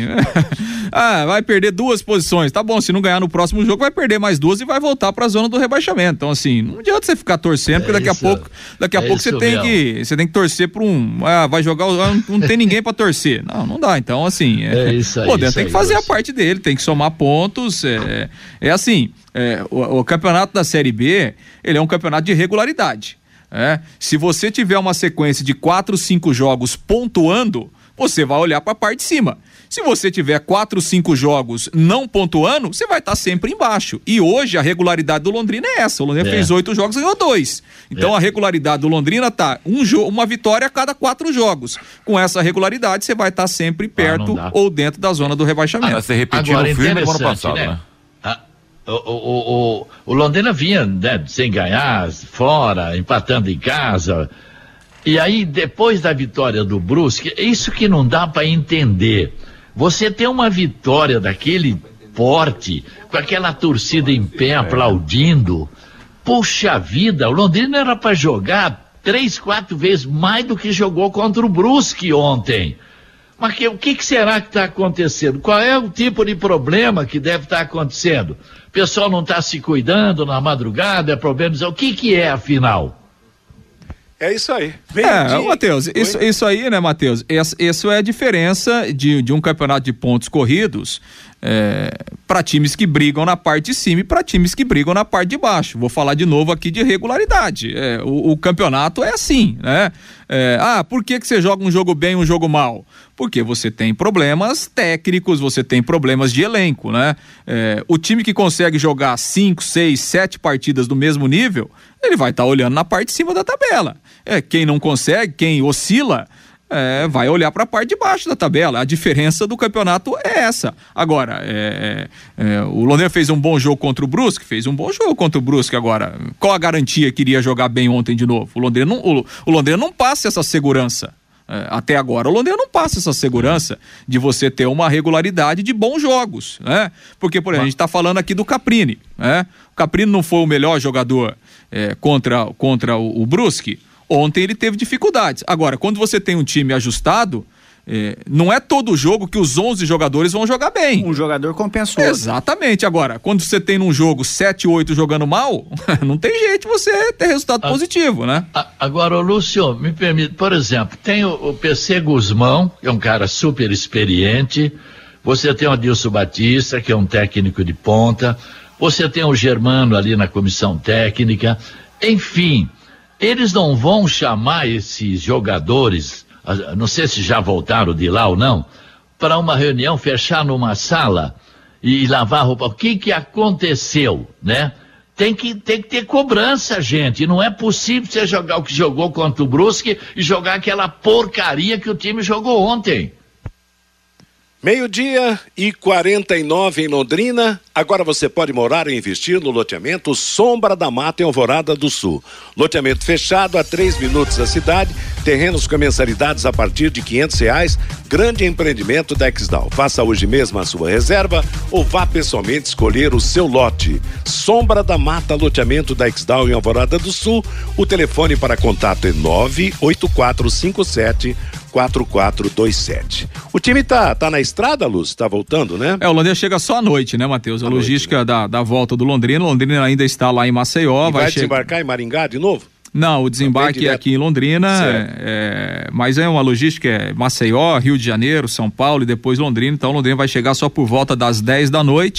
ah, vai perder duas posições, tá bom, se não ganhar no próximo jogo vai perder mais duas e vai voltar para a zona do rebaixamento. Então, assim, não adianta você ficar torcendo, porque daqui é a pouco, daqui a é pouco você tem mesmo. que, você tem que torcer por um, ah, vai jogar, não, não tem ninguém para torcer. Não, não dá. Então, assim, é, é isso aí, o Londrina isso tem aí, que fazer isso. a parte dele, tem que somar pontos, é, é assim, é, o, o campeonato da Série B, ele é um campeonato de regularidade. É, se você tiver uma sequência de quatro, cinco jogos pontuando, você vai olhar para a parte de cima. Se você tiver quatro, cinco jogos não pontuando, você vai estar tá sempre embaixo. E hoje a regularidade do Londrina é essa. O Londrina é. fez oito jogos e ganhou dois. Então é. a regularidade do Londrina tá um jo- uma vitória a cada quatro jogos. Com essa regularidade, você vai estar tá sempre perto ah, ou dentro da zona do rebaixamento. Ah, você repetiu o filme do ano passado, né? né? O, o, o, o Londrina vinha, né, sem ganhar, fora, empatando em casa. E aí, depois da vitória do Brusque, isso que não dá para entender. Você tem uma vitória daquele porte, com aquela torcida em pé aplaudindo. Puxa vida, o Londrina era para jogar três, quatro vezes mais do que jogou contra o Brusque ontem. Mas que, o que, que será que está acontecendo? Qual é o tipo de problema que deve estar tá acontecendo? O pessoal não está se cuidando na madrugada, é problemas. O que, que é, afinal? É isso aí. Vem é, Matheus, isso, isso aí, né, Matheus? Isso é a diferença de, de um campeonato de pontos corridos é, para times que brigam na parte de cima e para times que brigam na parte de baixo. Vou falar de novo aqui de regularidade. É, o, o campeonato é assim, né? É, ah, por que, que você joga um jogo bem e um jogo mal? Porque você tem problemas técnicos, você tem problemas de elenco, né? É, o time que consegue jogar cinco, seis, sete partidas do mesmo nível, ele vai estar tá olhando na parte de cima da tabela. É, quem não consegue, quem oscila, é, vai olhar para a parte de baixo da tabela. A diferença do campeonato é essa. Agora, é, é, o Londrina fez um bom jogo contra o Brusque, fez um bom jogo contra o Brusque. Agora, qual a garantia que iria jogar bem ontem de novo? O Londrina não, o, o Londrina não passa essa segurança. É, até agora, o Londrina não passa essa segurança de você ter uma regularidade de bons jogos, né? Porque, por exemplo, a gente está falando aqui do Caprini, né? O Caprini não foi o melhor jogador é, contra, contra o, o Brusque. Ontem ele teve dificuldades. Agora, quando você tem um time ajustado, é, não é todo jogo que os onze jogadores vão jogar bem. Um jogador compensa o outro. Exatamente. Agora, quando você tem num jogo sete, oito jogando mal, não tem jeito você ter resultado a, positivo, né? A, agora, Lúcio, me permite, por exemplo, tem o, o P C Guzmão, que é um cara super experiente, você tem o Adilson Batista, que é um técnico de ponta, você tem o Germano ali na comissão técnica, enfim, eles não vão chamar esses jogadores, não sei se já voltaram de lá ou não, para uma reunião, fechar numa sala e lavar roupa. O que que aconteceu, né? Tem que, tem que ter cobrança, gente. Não é possível você jogar o que jogou contra o Brusque e jogar aquela porcaria que o time jogou ontem. Meio-dia e quarenta e nove em Londrina. Agora você pode morar e investir no loteamento Sombra da Mata em Alvorada do Sul. Loteamento fechado a três minutos da cidade, terrenos com mensalidades a partir de quinhentos reais. Grande empreendimento da Exdal. Faça hoje mesmo a sua reserva ou vá pessoalmente escolher o seu lote. Sombra da Mata, loteamento da Exdal em Alvorada do Sul. O telefone para contato é nove oito quatro cinco sete quatro quatro dois sete. O time tá, tá na estrada, Luz? Tá voltando, né? É, o Londrina chega só à noite, né, Matheus? A à logística noite, né? da, da volta do Londrina. O Londrina ainda está lá em Maceió. E vai, vai desembarcar che... em Maringá de novo? Não, o desembarque é aqui em Londrina, é, mas é uma logística, é Maceió, Rio de Janeiro, São Paulo e depois Londrina. Então Londrina vai chegar só por volta das dez da noite.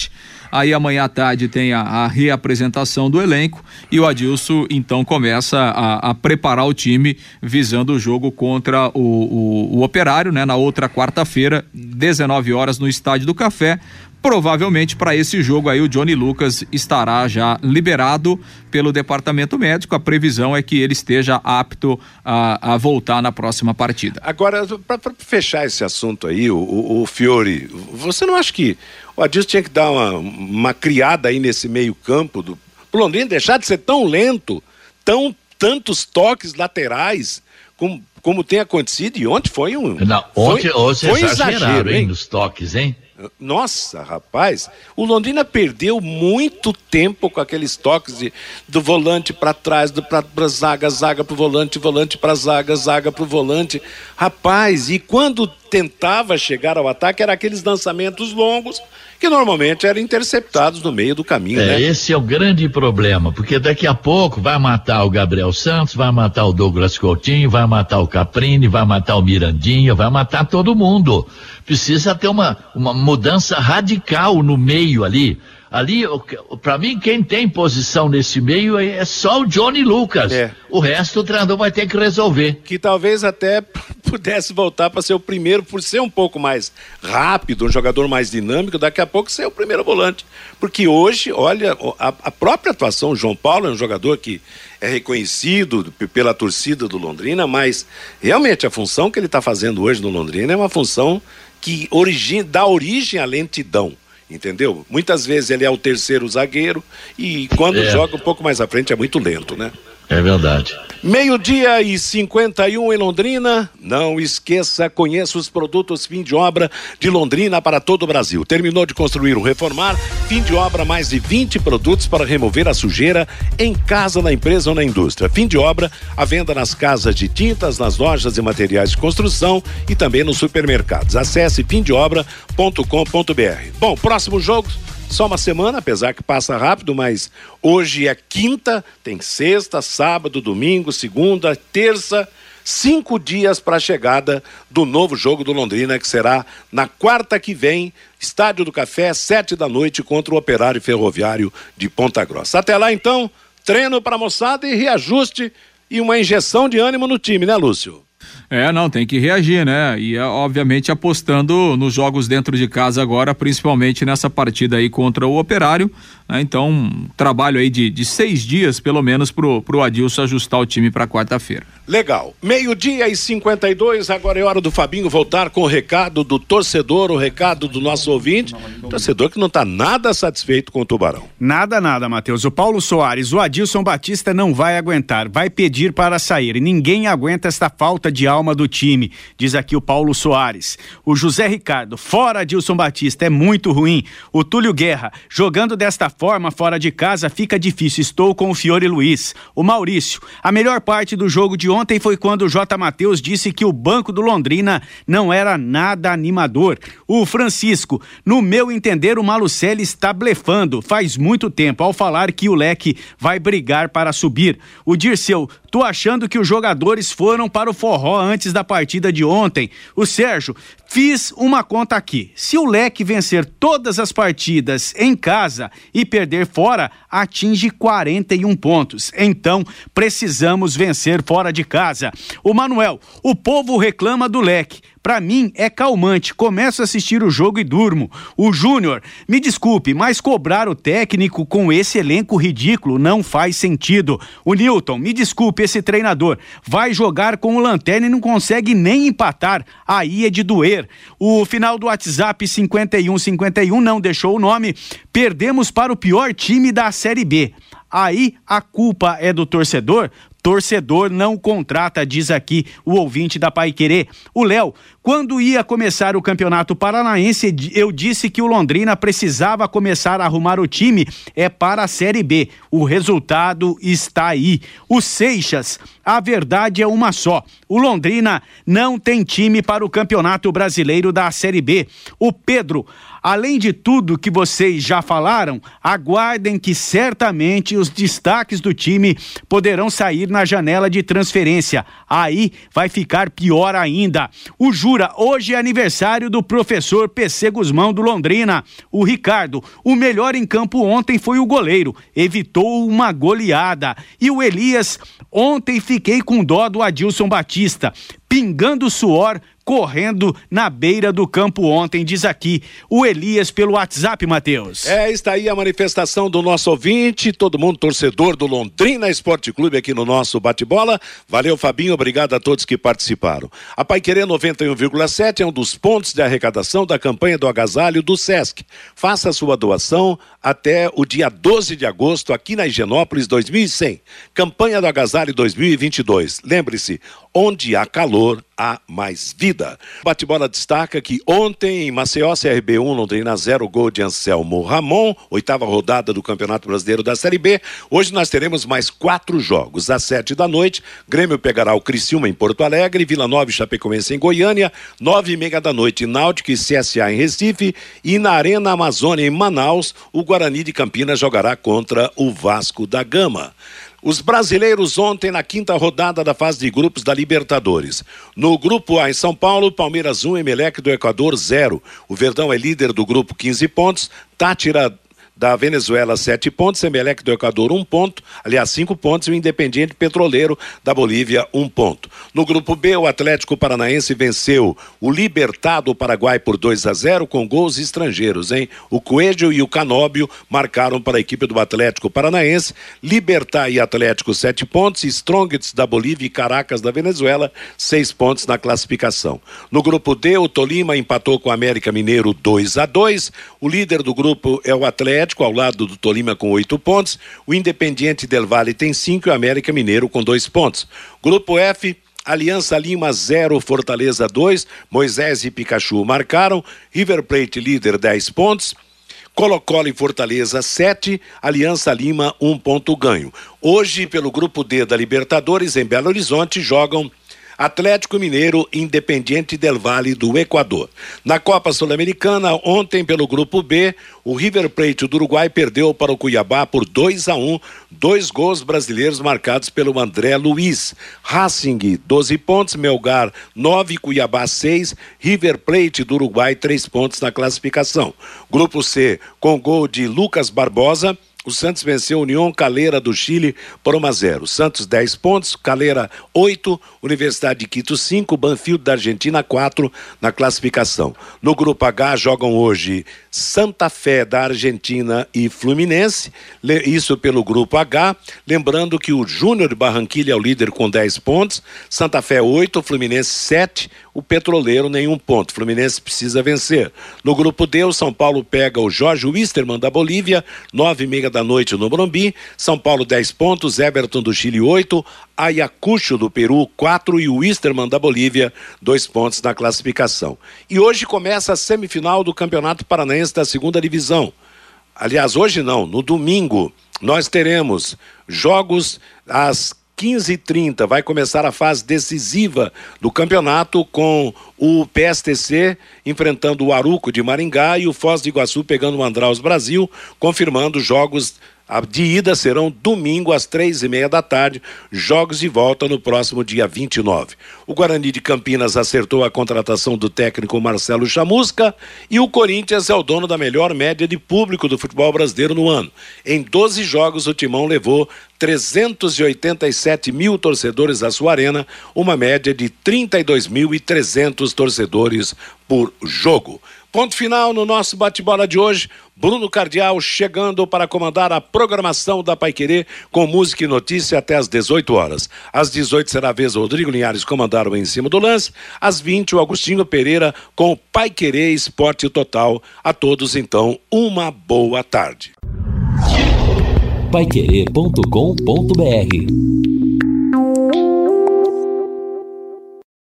Aí amanhã à tarde tem a, a reapresentação do elenco e o Adilson então começa a, a preparar o time visando o jogo contra o, o, o Operário, né? Na outra quarta-feira, dezenove horas no Estádio do Café. Provavelmente para esse jogo aí o Johnny Lucas estará já liberado pelo departamento médico. A previsão é que ele esteja apto a, a voltar na próxima partida. Agora, para fechar esse assunto aí, o, o, o Fiore, você não acha que o Adilson tinha que dar uma, uma criada aí nesse meio campo do pro Londrina, deixar de ser tão lento, tão tantos toques laterais como, como tem acontecido, e ontem foi um... Não, ontem, foi, ontem foi exageraram, exagero, hein? Nos toques, hein? Nossa, rapaz, o Londrina perdeu muito tempo com aqueles toques de, do volante para trás, do pra, pra zaga, zaga pro volante, volante pra zaga, zaga pro volante. Rapaz, e quando tentava chegar ao ataque, eram aqueles lançamentos longos que normalmente eram interceptados no meio do caminho, é, né? Esse é o grande problema, porque daqui a pouco vai matar o Gabriel Santos, vai matar o Douglas Coutinho, vai matar o Caprini, vai matar o Mirandinha, vai matar todo mundo. Precisa ter uma, uma mudança radical no meio ali. Ali, para mim, quem tem posição nesse meio é só o Johnny Lucas. É. O resto o treinador vai ter que resolver. Que talvez até pudesse voltar para ser o primeiro, por ser um pouco mais rápido, um jogador mais dinâmico, daqui a pouco ser o primeiro volante. Porque hoje, olha, a, a própria atuação, o João Paulo é um jogador que é reconhecido pela torcida do Londrina, mas realmente a função que ele está fazendo hoje no Londrina é uma função que origi- dá origem à lentidão. Entendeu? Muitas vezes ele é o terceiro zagueiro e quando é. joga um pouco mais à frente é muito lento, né? É verdade. Meio-dia e cinquenta e um em Londrina. Não esqueça, conheça os produtos fim de obra de Londrina para todo o Brasil. Terminou de construir ou reformar, fim de obra, mais de vinte produtos para remover a sujeira em casa, na empresa ou na indústria. Fim de obra, a venda nas casas de tintas, nas lojas e materiais de construção e também nos supermercados. Acesse fim de obra ponto com ponto b r. Bom, próximo jogo. Só uma semana, apesar que passa rápido, mas hoje é quinta, tem sexta, sábado, domingo, segunda, terça, cinco dias para a chegada do novo jogo do Londrina, que será na quarta que vem, Estádio do Café, sete da noite, contra o Operário Ferroviário de Ponta Grossa. Até lá, então, treino para a moçada e reajuste e uma injeção de ânimo no time, né, Lúcio? É, não, tem que reagir, né? E obviamente apostando nos jogos dentro de casa agora, principalmente nessa partida aí contra o Operário, né? Então, um trabalho aí de, de seis dias, pelo menos, pro, pro Adilson ajustar o time para quarta-feira. Legal. Meio-dia e cinquenta e dois, agora é hora do Fabinho voltar com o recado do torcedor, o recado do nosso ouvinte, torcedor que não tá nada satisfeito com o Tubarão. Nada, nada, Matheus. O Paulo Soares, o Adilson Batista não vai aguentar, vai pedir para sair. Ninguém aguenta esta falta de alma do time, diz aqui o Paulo Soares. O José Ricardo, fora Adilson Batista, é muito ruim. O Túlio Guerra, jogando desta forma fora de casa fica difícil, estou com o Fiore Luiz. O Maurício, a melhor parte do jogo de ontem foi quando o J. Matheus disse que o banco do Londrina não era nada animador. O Francisco, no meu entender o Malucelli está blefando, faz muito tempo ao falar que o Leque vai brigar para subir. O Dirceu, tô achando que os jogadores foram para o forró antes da partida de ontem. O Sérgio, fiz uma conta aqui. Se o Leque vencer todas as partidas em casa e perder fora, atinge quarenta e um pontos. Então, precisamos vencer fora de casa. O Manuel, o povo reclama do Leque. Pra mim é calmante, começo a assistir o jogo e durmo. O Júnior, me desculpe, mas cobrar o técnico com esse elenco ridículo não faz sentido. O Newton, me desculpe, esse treinador vai jogar com o Lanterna e não consegue nem empatar, aí é de doer. O final do WhatsApp cinquenta e um cinquenta e um não deixou o nome, perdemos para o pior time da Série B. Aí a culpa é do torcedor? Torcedor não contrata, diz aqui o ouvinte da Paiquerê. O Léo, quando ia começar o Campeonato Paranaense, eu disse que o Londrina precisava começar a arrumar o time, é para a Série B. O resultado está aí. O Seixas, a verdade é uma só. O Londrina não tem time para o Campeonato Brasileiro da Série B. O Pedro, além de tudo que vocês já falaram, aguardem que certamente os destaques do time poderão sair na janela de transferência. Aí vai ficar pior ainda. O Júlio Cultura. Hoje é aniversário do professor P C Guzmão do Londrina. O Ricardo, o melhor em campo ontem foi o goleiro, evitou uma goleada. E o Elias, ontem fiquei com dó do Adilson Batista, pingando suor, correndo na beira do campo ontem, diz aqui o Elias pelo WhatsApp, Matheus. É, está aí a manifestação do nosso ouvinte, todo mundo torcedor do Londrina Esporte Clube aqui no nosso bate-bola. Valeu, Fabinho, obrigado a todos que participaram. A Paiquerê noventa e um vírgula sete é um dos pontos de arrecadação da campanha do agasalho do Sesc. Faça a sua doação até o dia doze de agosto aqui na Higienópolis dois mil e cem. Campanha do agasalho dois mil e vinte e dois. Lembre-se, onde há calor, há mais vida. Bate-bola destaca que ontem em Maceió, C R B um, Londrina zero, gol de Anselmo Ramon, oitava rodada do Campeonato Brasileiro da Série B. Hoje nós teremos mais quatro jogos. Às sete da noite, Grêmio pegará o Criciúma em Porto Alegre, Vila Nova e Chapecoense em Goiânia, nove e meia da noite, Náutico e C S A em Recife, e na Arena Amazônia em Manaus, o Guarani de Campinas jogará contra o Vasco da Gama. Os brasileiros ontem na quinta rodada da fase de grupos da Libertadores. No grupo A em São Paulo, Palmeiras um, Emelec do Equador zero. O Verdão é líder do grupo, quinze pontos. Tátira da Venezuela, sete pontos, Emelec do Equador, um ponto, aliás, cinco pontos, e o Independiente Petroleiro da Bolívia, um ponto. No grupo B, o Atlético Paranaense venceu o Libertad do Paraguai por dois a zero, com gols estrangeiros, hein? O Coelho e o Canóbio marcaram para a equipe do Atlético Paranaense. Libertad e Atlético, sete pontos, Strongets da Bolívia e Caracas da Venezuela, seis pontos na classificação. No grupo D, o Tolima empatou com o América Mineiro dois a dois, o líder do grupo é o Atlético, ao lado do Tolima com oito pontos, o Independiente Del Valle tem cinco e o América Mineiro com dois pontos. Grupo F, Aliança Lima zero, Fortaleza dois, Moisés e Pikachu marcaram, River Plate líder dez pontos, Colo-Colo e Fortaleza sete, Aliança Lima um ponto ganho. Hoje, pelo grupo D da Libertadores, em Belo Horizonte, jogam Atlético Mineiro e Independiente Del Valle do Equador. Na Copa Sul-Americana, ontem pelo grupo B, o River Plate do Uruguai perdeu para o Cuiabá por dois a um, dois gols brasileiros marcados pelo André Luiz. Racing, doze pontos, Melgar nove, Cuiabá seis, River Plate do Uruguai três pontos na classificação. Grupo C, com gol de Lucas Barbosa, o Santos venceu a União Calera do Chile por um a zero. Santos dez pontos, Calera oito, Universidade de Quito cinco, Banfield da Argentina quatro na classificação. No grupo H jogam hoje Santa Fé da Argentina e Fluminense, isso pelo grupo H. Lembrando que o Júnior de Barranquilla é o líder com dez pontos, Santa Fé oito, Fluminense sete, o Petroleiro nenhum ponto. Fluminense precisa vencer. No grupo D, o São Paulo pega o Jorge Wisterman da Bolívia, nove e meia da noite no Morumbi. São Paulo dez pontos, Everton do Chile oito, Ayacucho do Peru quatro e o Wisterman da Bolívia dois pontos na classificação. E hoje começa a semifinal do Campeonato Paranaense da segunda divisão. Aliás, hoje não, no domingo nós teremos jogos às quinze e trinta, vai começar a fase decisiva do campeonato com o P S T C enfrentando o Aruco de Maringá e o Foz do Iguaçu pegando o Andraus Brasil, confirmando jogos de ida serão domingo às três e meia da tarde, jogos de volta no próximo dia vinte e nove. O Guarani de Campinas acertou a contratação do técnico Marcelo Chamusca e o Corinthians é o dono da melhor média de público do futebol brasileiro no ano. Em doze jogos o Timão levou trezentos e oitenta e sete mil torcedores à sua arena, uma média de trinta e dois mil e trezentos torcedores por jogo. Ponto final no nosso bate-bola de hoje. Bruno Cardial chegando para comandar a programação da Paiquerê com música e notícia até às dezoito horas. Às dezoito será a vez o Rodrigo Linhares comandar o Em Cima do Lance. Às vinte o Agostinho Pereira com o Paiquerê Esporte Total. A todos então uma boa tarde. paiquerê ponto com ponto br